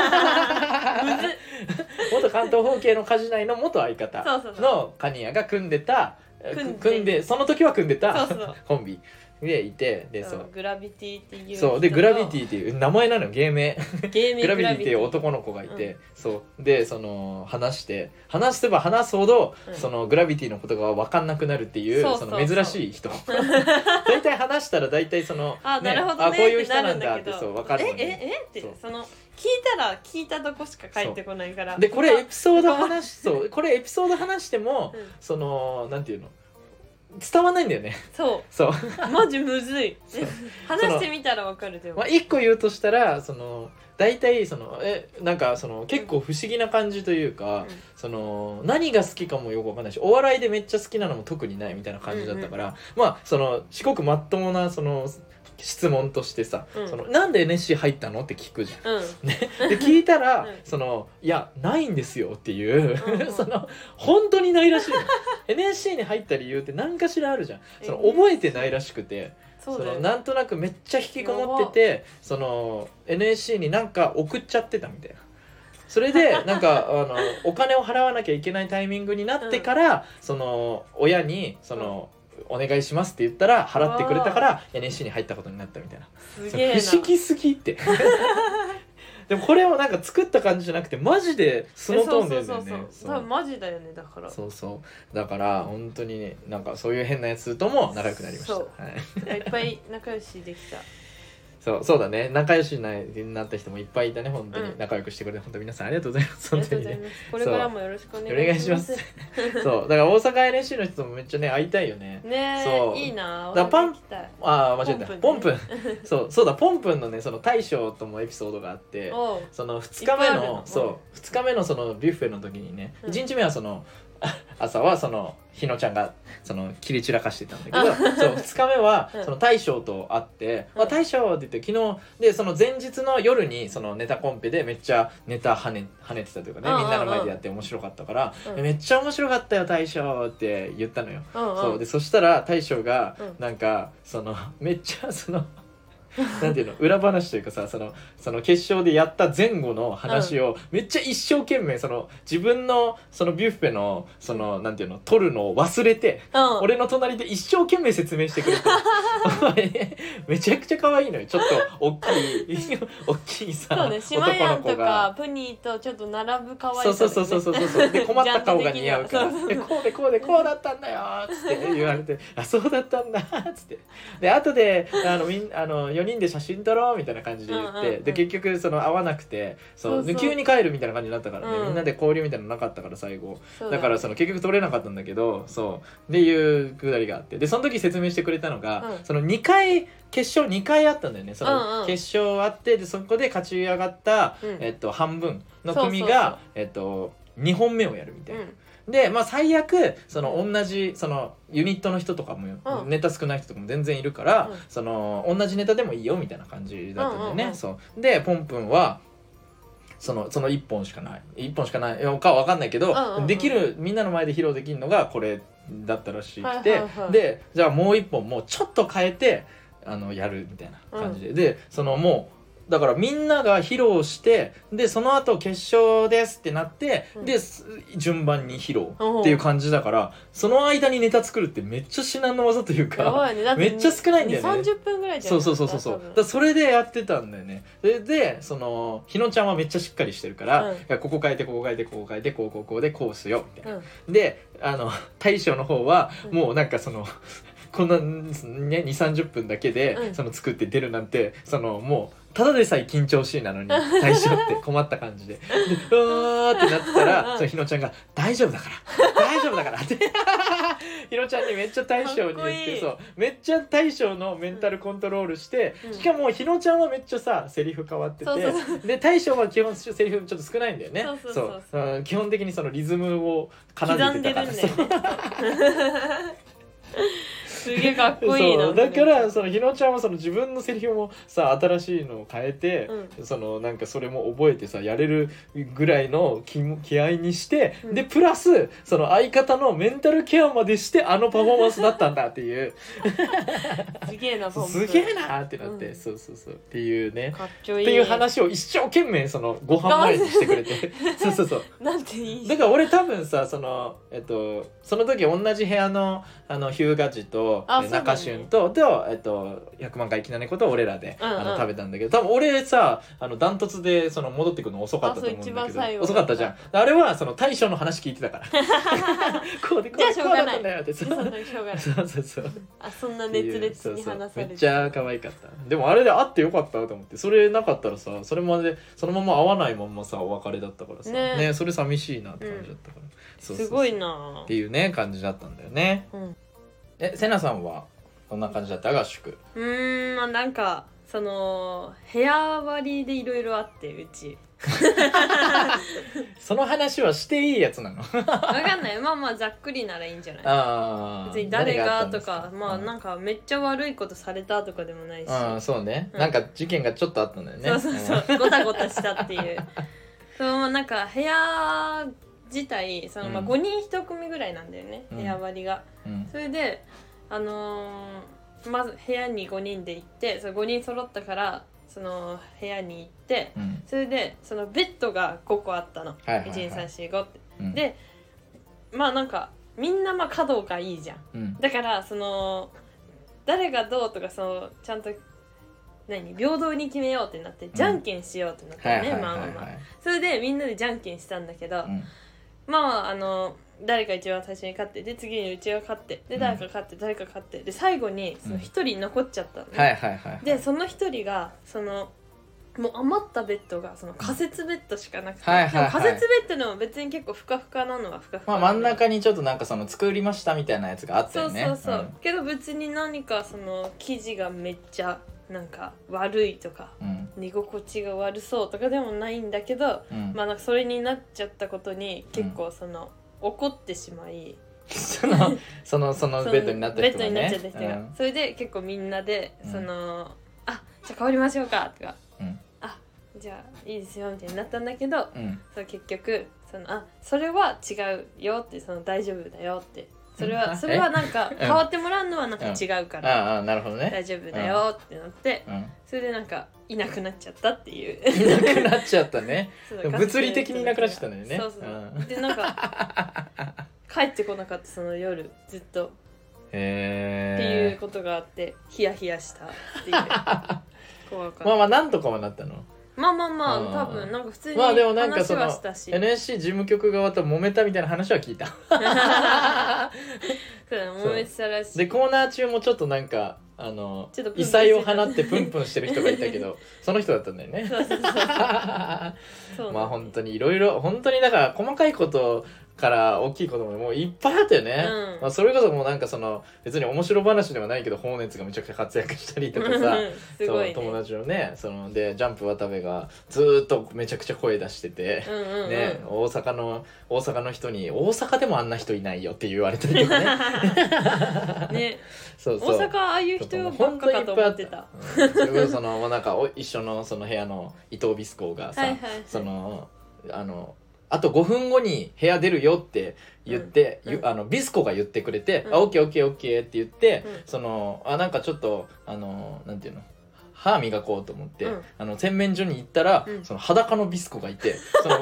元関東方形の家事代の元相方のカニヤが組んでその時は組んでたコンビでいてでそうグラビティっていうそうでグラビティっていう名前なのよ芸名グラビティっていう男の子がいて、そうでその話せば話すほど、そのグラビティのことが分かんなくなるっていうその珍しい人大体話したら大体そのなるほどねこういう人なんだってそう分かるのにってその聞いたとこしか返ってこないからでこれエピソード話しても、そのなんていうの伝わんないんだよね。そうマジむずい話してみたらわかる。でも一個言うとしたらその大体そのなんかその結構不思議な感じというか、その何が好きかもよくわかんないしお笑いでめっちゃ好きなのも特にないみたいな感じだったから、まあその至極まっともなその質問としてさ、そのなんで NSC 入ったのって聞くじゃん、ね、で聞いたら、そのいやないんですよっていう、その本当にないらしいのNSC に入った理由って何かしらあるじゃん。その覚えてないらしくて、そのなんとなくめっちゃ引きこもっててその NSC になんか送っちゃってたみたいな。それでなんかお金を払わなきゃいけないタイミングになってから、その親にその、お願いしますって言ったら払ってくれたから NSC に入ったことになったみたいな。 すげえな不思議すぎってでもこれをなんか作った感じじゃなくてマジで素のトーンでるんだよね。 そう多分マジだよね。だからそうだから本当にねなんかそういう変なやつとも仲良くなりました。 そう、はい、いっぱい仲良しできた。 そうだね、仲良しになった人もいっぱいいたね。本当に仲良くしてくれて本当皆さんありがとうございます。本当にね、 これからもよろしくお願いします。 そうだから大阪 NSC の人もめっちゃね会いたいよね。 そういいな。 だパン間違えたポンプンそうだポンプンのねその大将ともエピソードがあって、その2日目の2日目のそのビュッフェの時にね、1日目はその朝はその日野ちゃんがその切り散らかしてたんだけどそう2日目はその大将と会って「大将」って言って昨日でその前日の夜にそのネタコンペでめっちゃネタ跳ねてたというかね、みんなの前でやって面白かったから「めっちゃ面白かったよ大将」って言ったのよ。そうでそしたら大将がなんかそのめっちゃそのなんていうの裏話というかさその決勝でやった前後の話をめっちゃ一生懸命その自分のそのビュッフェのそのなんていうの取るのを忘れて、俺の隣で一生懸命説明してくれてめちゃくちゃ可愛いのよ。ちょっと大きいさ、 そうね、シマヤンとかプニーとちょっと並ぶ可愛い、 そうで困った顔が似合うからでこうだったんだよっつって言われてあそうだったんだっつってで後で4人で写真撮ろうみたいな感じで言って、で結局その会わなくてで急に帰るみたいな感じになったからね、みんなで交流みたいなのなかったから最後だからその結局撮れなかったんだけどそうっていうくだりがあって、でその時説明してくれたのが、その決勝2回あったんだよね。その決勝あってでそこで勝ち上がった、半分の組が2本目をやるみたいな。でまあ最悪その同じそのユニットの人とかも、ネタ少ない人とかも全然いるから、その同じネタでもいいよみたいな感じだったんだよね。そうでポンプンはその1本しかないかわかんないけど、できるみんなの前で披露できるのがこれだったらしくて、でじゃあもう1本もうちょっと変えてやるみたいな感じで、でそのもうだからみんなが披露してでその後決勝ですってなって、で順番に披露っていう感じだから、その間にネタ作るってめっちゃ至難の技というか、めっちゃ少ないんだよね。 30分ぐらいじゃないそうだそれでやってたんだよね。でそのひのちゃんはめっちゃしっかりしてるから、ここ変えてこうでこうでこうしようみたいな、で大将の方はもうなんかそのこんな、ね、2,30 分だけで、その作って出るなんてそのもうただでさえ緊張しいなのに大将って困った感じでうわーってなったらそのひのちゃんが大丈夫だからってひのちゃんにめっちゃ大将に言ってそうめっちゃ大将のメンタルコントロールして、しかもひのちゃんはめっちゃさセリフ変わってて、で大将は基本セリフちょっと少ないんだよね。そう基本的にそのリズムを奏でてたからすげえかっこいいな。 だからそのひのちゃんはその自分のセリフもさ新しいのを変えて、そのなんかそれも覚えてさやれるぐらいの気合いにして、でプラスその相方のメンタルケアまでしてパフォーマンスだったんだっていうすげえなすげえなってなって、そうっていうねっていう話を一生懸命そのご飯前にしてくれてそうなんていい。 だから俺多分さそのその時同じ部屋のヒューガジと中旬と100万回きな猫と俺らで食べたんだけど、多分俺さダントツでその戻ってくるの遅かったと思うんだけど、遅かったじゃん。あれはその大将の話聞いてたからこうだったんだよってそうそんな熱烈に話されてめっちゃ可愛かった。でもあれで会ってよかったと思って、それなかったらさそれまでそのまま会わないままさお別れだったからさね、それ寂しいなって感じだったから、 すごいなっていうね感じだったんだよね。セナさんはどんな感じだった合宿？ なんかその部屋割りでいろいろあってうちその話はしていいやつなの？ 分かんない。まあざっくりならいいんじゃない？別に誰がとかなんかめっちゃ悪いことされたとかでもないし。 そうね、なんか事件がちょっとあったんだよね。 そうごたごたしたっていうそうなんか部屋自体その5人1組ぐらいなんだよね、部屋割りが。それでまず部屋に5人で行って、その5人揃ったからその部屋に行って、それでそのベッドが5個あったの、12345って、でまあなんかみんな角がいいじゃん、だからその誰がどうとかそのちゃんと平等に決めようってなってじゃんけんしようってなったよね、まあまあまあ。それでみんなでじゃんけんしたんだけど、まあ誰か一番最初に勝ってで次にうちが勝ってで誰か勝って誰か勝ってで最後にその1人残っちゃったのね。でその1人がもう余ったベッドがその仮設ベッドしかなくて、でも仮設ベッドでも別に結構ふかふかなのはふかふか、 まあ真ん中にちょっとなんかその作りましたみたいなやつがあったよね。 そうけど別に何かその生地がめっちゃなんか悪いとか、寝心地が悪そうとかでもないんだけど、まあなんかそれになっちゃったことに結構怒ってしまい、 そのベッドになった人がね、 ベッドになっちゃった人が、それで結構みんなであじゃあ変わりましょうかとか、じゃあいいですよみたいになったんだけど、結局それは違うよって大丈夫だよってそれはなんか変わってもらうのはなんか違うからなるほどね、 大丈夫だよってなって、それでなんかいなくなっちゃったっていういなくなっちゃったね物理的にいなくなっちゃったんだよね。 そうでなんか帰ってこなかったその夜ずっとっていうことがあってヒヤヒヤしたっていう怖かった。 まあなんとかはなったの。 まあ多分なんか普通に話はしたし、 NSC 事務局側と揉めたみたいな話は聞いたそうだ揉めてたらしい。 でコーナー中もちょっとなんか異彩を放ってプンプンしてる人がいたけどその人だったんだよね。まあ本当にいろいろ本当にだから細かいことから大きいことももういっぱいあったよね。まあ、それこそもうなんか別に面白話ではないけどホーネッツがめちゃくちゃ活躍したりとかさすごい、ね、 友達のねでジャンプ渡部がずっとめちゃくちゃ声出してて、ね、大阪の人に大阪でもあんな人いないよって言われたりとかね。 ね大阪ああいう人ばっかかと思ってた。 それこそなんか一緒の部屋の伊藤ビスコがさ、あと5分後に部屋出るよって言って、ビスコが言ってくれて、オッケーオッケーオッケーって言って、なんかちょっとなんていうの歯磨こうと思って、洗面所に行ったら、裸のビスコがいて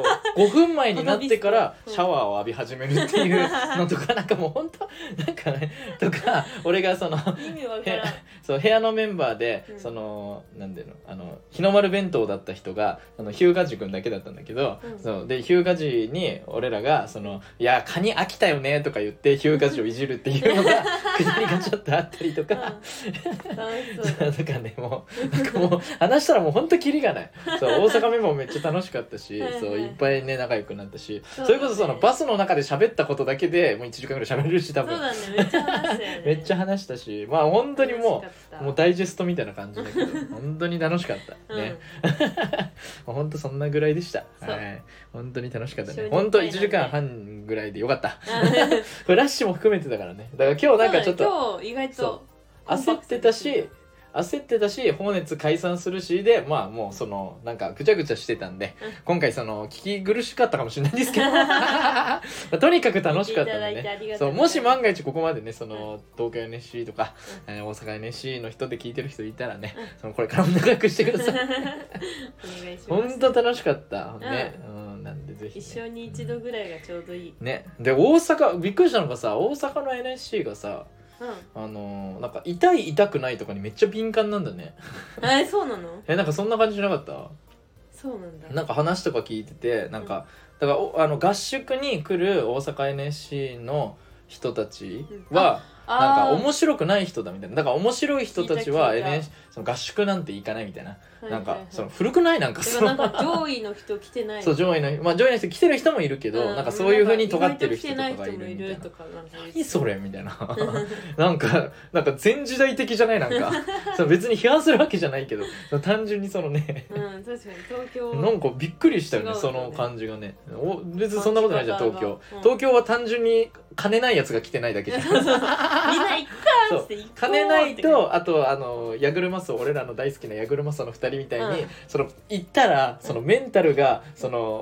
5分前になってからシャワーを浴び始めるっていうのとかなんかもう本当なんかねとか俺が意味わからん部屋のメンバーで、なんていうの日の丸弁当だった人が日向寺くんだけだったんだけど、で日向寺に俺らがいやカニ飽きたよねとか言って日向寺をいじるっていうのがくだりがちょっとあったりとか、とかねもう話したらもうほんとキリがない大阪メンバーもめっちゃ楽しかったしいっぱいね仲良くなったし、それこそバスの中で喋ったことだけでもう1時間ぐらい喋れるし多分。 そうだねめっちゃ話したよね。 めっちゃ話したしまあ本当にもうダイジェストみたいな感じだけど本当に楽しかったね。本当そんなぐらいでした。はい本当に楽しかったね。本当1時間半ぐらいでよかった。フラッシュも含めてだからね。だから今日なんかちょっと今日意外と焦ってたしホーネッツ解散するしでまあもうなんかぐちゃぐちゃしてたんで、今回聞き苦しかったかもしれないんですけどとにかく楽しかったのでね。もし万が一ここまでね東京 NSC とか、大阪 NSC の人で聞いてる人いたらねこれからも仲良くしてください。 お願いします。 本当楽しかったね。なんでぜひ、ね、 一生に一度ぐらいがちょうどいいね。で大阪びっくりしたのがさ大阪の NSC がさなんか痛くないとかにめっちゃ敏感なんだね。 そうなの？ なんかそんな感じじゃなかった？ そうなんだ。 なんか話とか聞いててなんか、だから合宿に来る大阪 NSC の人たちは、なんか面白くない人だみたいな。だから面白い人たちは合宿なんて行かないみたいな。なんか古くないなんかなんか上位の人来てない。 そう上位の人来てる人もいるけど、なんかそういう風に尖ってる人とかがいるみたいな。何それみたいな。なんか全時代的じゃないなんか。別に批判するわけじゃないけど、単純に確かに東京なんかびっくりしたよねその感じがね。別にそんなことないじゃん東京。東京は単純に金ないやつが来てないだけじゃん。 みんな行くかって行こう。 金ないとあとヤグルマソ俺らの大好きなヤグルマソの2人みたいに、行ったらメンタルが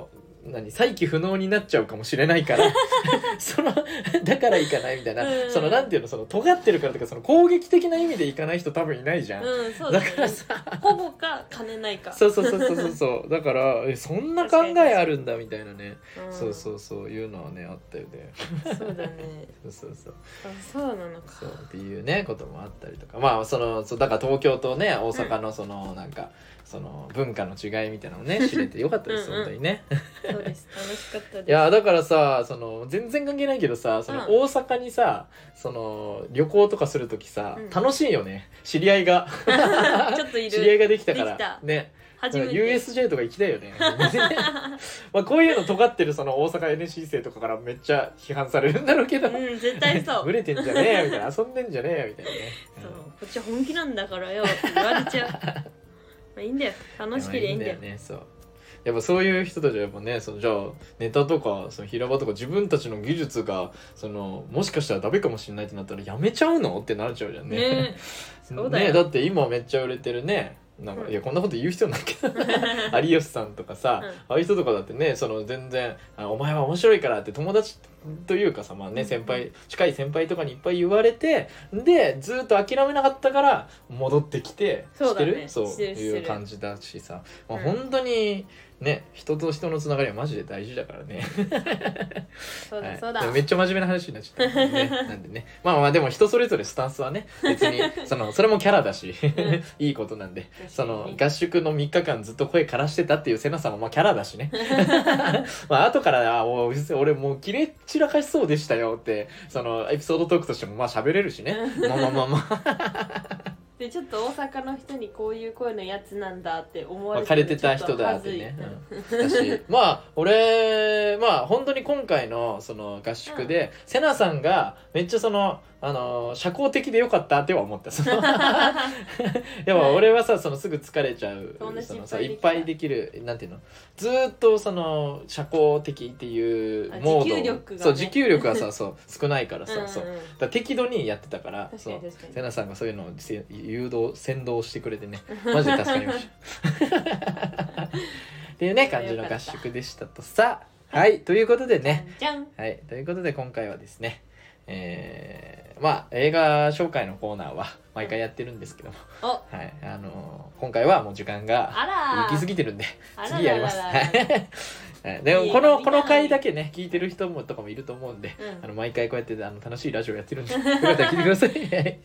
再起不能になっちゃうかもしれないからだから行かないみたいな、そのなんていうの、その尖ってるからとか、その攻撃的な意味で行かない人多分いないじゃん、 そうだから、さ保護か金ないかそうだからそんな考えあるんだみたいなね、そういうのはねあったよね。 そうだねそうなのかそうっていうねこともあったりとか、まあだから東京とね大阪のそのなんかその文化の違いみたいなのをね知れてよかったです本当にね。 そうです、楽しかったです。 いやだからさ、その全然関係ないけどさ、その大阪にさ、その旅行とかするときさ、楽しいよね、知り合いがちょっといる、 知り合いができたからね。USJ とか行きたいよねまあこういうの尖ってるその大阪 NC 生とかからめっちゃ批判されるんだろうけど、 絶対そうブレてんじゃねえよみたいな、遊んでんじゃねえよみたいなね、 そうこっち本気なんだからよって言われちゃうまあいいんだよ、楽しければいいんだよね。そうやっぱそういう人たちはやっぱね、そのじゃあネタとかその平場とか自分たちの技術がそのもしかしたらダメかもしれないってなったらやめちゃうのってなっちゃうじゃんね。 そうだよね、だって今めっちゃ売れてるね、なんかいやこんなこと言う必要ないけど有吉さんとかさ、ああいう人とかだってね、その全然お前は面白いからって友達というかさ、まあね、先輩近い先輩とかにいっぱい言われて、でずっと諦めなかったから戻ってきて、知ってる？そういう感じだしさ、まあ、本当にね、人と人のつながりはマジで大事だからねそうだそうだ、 はい、めっちゃ真面目な話になっちゃった、ね、なんでね、まあでも人それぞれスタンスはね別にそれもキャラだしいいことなんで、その合宿の3日間ずっと声枯らしてたっていうセナさんもまあキャラだしねまあ後から俺もうキレ散らかしそうでしたよってそのエピソードトークとしてもまあ喋れるしねまあでちょっと大阪の人にこういう声のやつなんだって思われててた人だってね、だしまあ俺まあ本当に今回のその合宿で、セナさんがめっちゃその社交的でよかったっては思った。でも俺はさ、そのすぐ疲れちゃう、そのさいっぱいできるなんていうの、ずっとその社交的っていうモード、持久力がね、そう持久力はさそう少ないからさ、そうだから適度にやってたから、そうセナさんがそういうのを先導してくれてね、マジで助かりましたっていうね感じの合宿でしたとさ。はいということでね、はいということで今回はですね、まあ映画紹介のコーナーは毎回やってるんですけども、はい、今回はもう時間が行き過ぎてるんで次やります。でもこの回だけね聞いてる人もとかもいると思うんで、毎回こうやって楽しいラジオやってるんでよかったら聞いてください。聞いてください。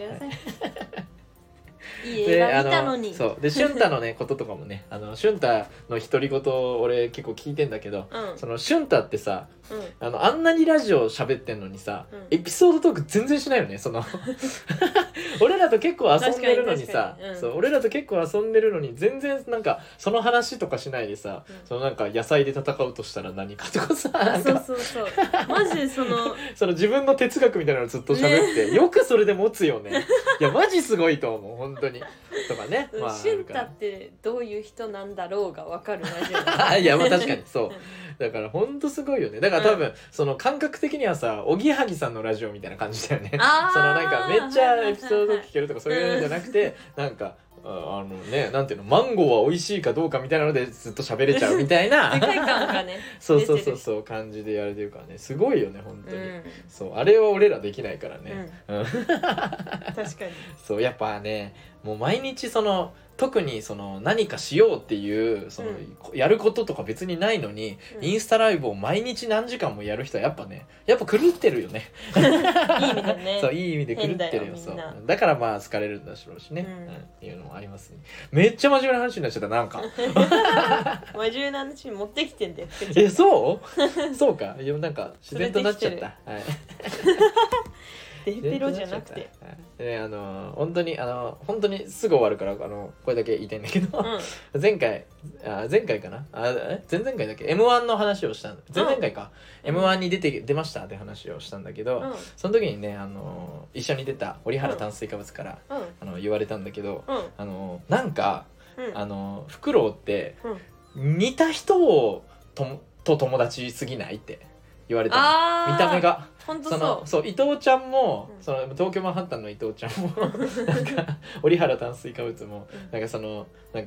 いい映画見たのに。そうで俊太のねこととかもね、俊太の独り言俺結構聞いてんだけど、その俊太ってさ、あんなにラジオ喋ってんのにさ、エピソードトーク全然しないよね。その俺らと結構遊んでるのにさ、そう俺らと結構遊んでるのに全然なんかその話とかしないでさ、そのなんか野菜で戦うとしたら何かとかさ、 そうマジでその自分の哲学みたいなのずっと喋って、よくそれで持つよね。いやマジすごいと思う本当に。とかね、 まあ、俊太ってどういう人なんだろうが分かるラジオいやまあ確かにそうだからほんとすごいよね。だから多分、その感覚的にはさおぎやはぎさんのラジオみたいな感じだよね。そのなんかめっちゃエピソード聞けるとかそういうのじゃなくて、なんかね、なんていうの、マンゴーは美味しいかどうかみたいなのでずっと喋れちゃうみたいな世界観がねそう感じでやれてるからね、すごいよね本当に、そうあれは俺らできないからね、 確かにそうやっぱねもう毎日その特にその何かしようっていうその、やることとか別にないのに、インスタライブを毎日何時間もやる人はやっぱ狂ってるよね。 いい意味でね。 そういい意味で狂ってるよ。そうだからまあ好かれるんだしろうしね、っていうのもありますね。めっちゃ真面目な話になっちゃったなんか。 真面目な話に持ってきてんだよ。 そうそうか、いやなんか自然となっちゃった。はい。 デペロじゃなくて、 本当にすぐ終わるからこれだけ言いたいんだけど、前回かな、前々回だっけ M1 の話をしたんだ。前々回か、M1 に出ましたって話をしたんだけど、その時にね一緒に出た折原炭水化物から、言われたんだけど、なんか、フクロウって、似た人をと友達すぎないって言われたの。見た目が本当そう伊藤ちゃんも、その東京マンハッタンの伊藤ちゃんもなんか折原炭水化物もなんかなんか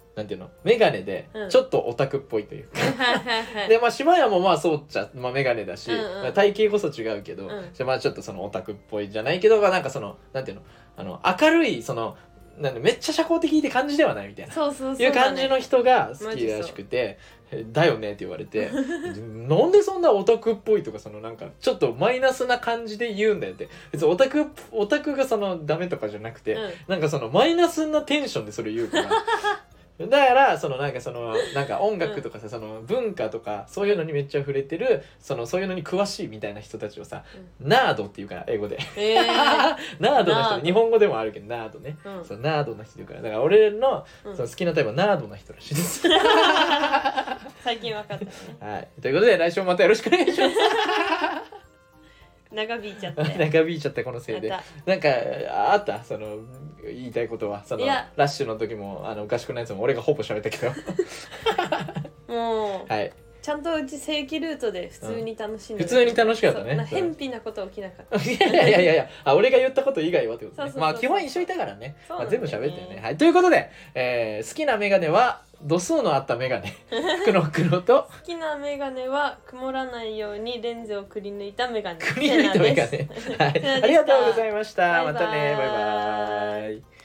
なんていうのメガネでうんちょっとオタクっぽいというか、 はいはいはいでまあ島屋もまあそうっちゃ、まあ、メガネだし、 うんうんまあ体型こそ違うけど、まあちょっとそのオタクっぽいじゃないけど、まあなんかそのなんていうの明るいそのなんでめっちゃ社交的って感じではないみたいなそうそうそういう感じのの人が好きらしくてだよねって言われてなんでそんなオタクっぽいとかそのなんかちょっとマイナスな感じで言うんだよって。別にオタクがそのダメとかじゃなくて、なんかそのマイナスなテンションでそれ言うからだからそのなんか音楽とかさ、その文化とかそういうのにめっちゃ触れてるそういうのに詳しいみたいな人たちをさ、ナードっていうから英語で、ナードな人で日本語でもあるけどナードね、そうナードな人いるから、だから俺のその好きなタイプはナードな人らしいです最近分かったね。 はい、ということで来週もまたよろしくお願いします長引いちゃって長引いちゃったこのせいで。なんかあったその言いたいことはそのラッシュの時も合宿のやつも俺がほぼ喋ったけどもう、 はい、 ちゃんとうち正規ルートで普通に楽しんで、 普通に楽しかったね。 偏僻なこと起きなかったいやいや俺が言ったこと以外はってことね。まあ基本一緒いたからね、まあ、全部喋ったよね。はい、ということで、好きなメガネは度数のあったメガネ福の黒と好きなメガネは曇らないようにレンズをくり抜いたメガネくり抜いたメガネはい、ありがとうございました。またね、バイバイ。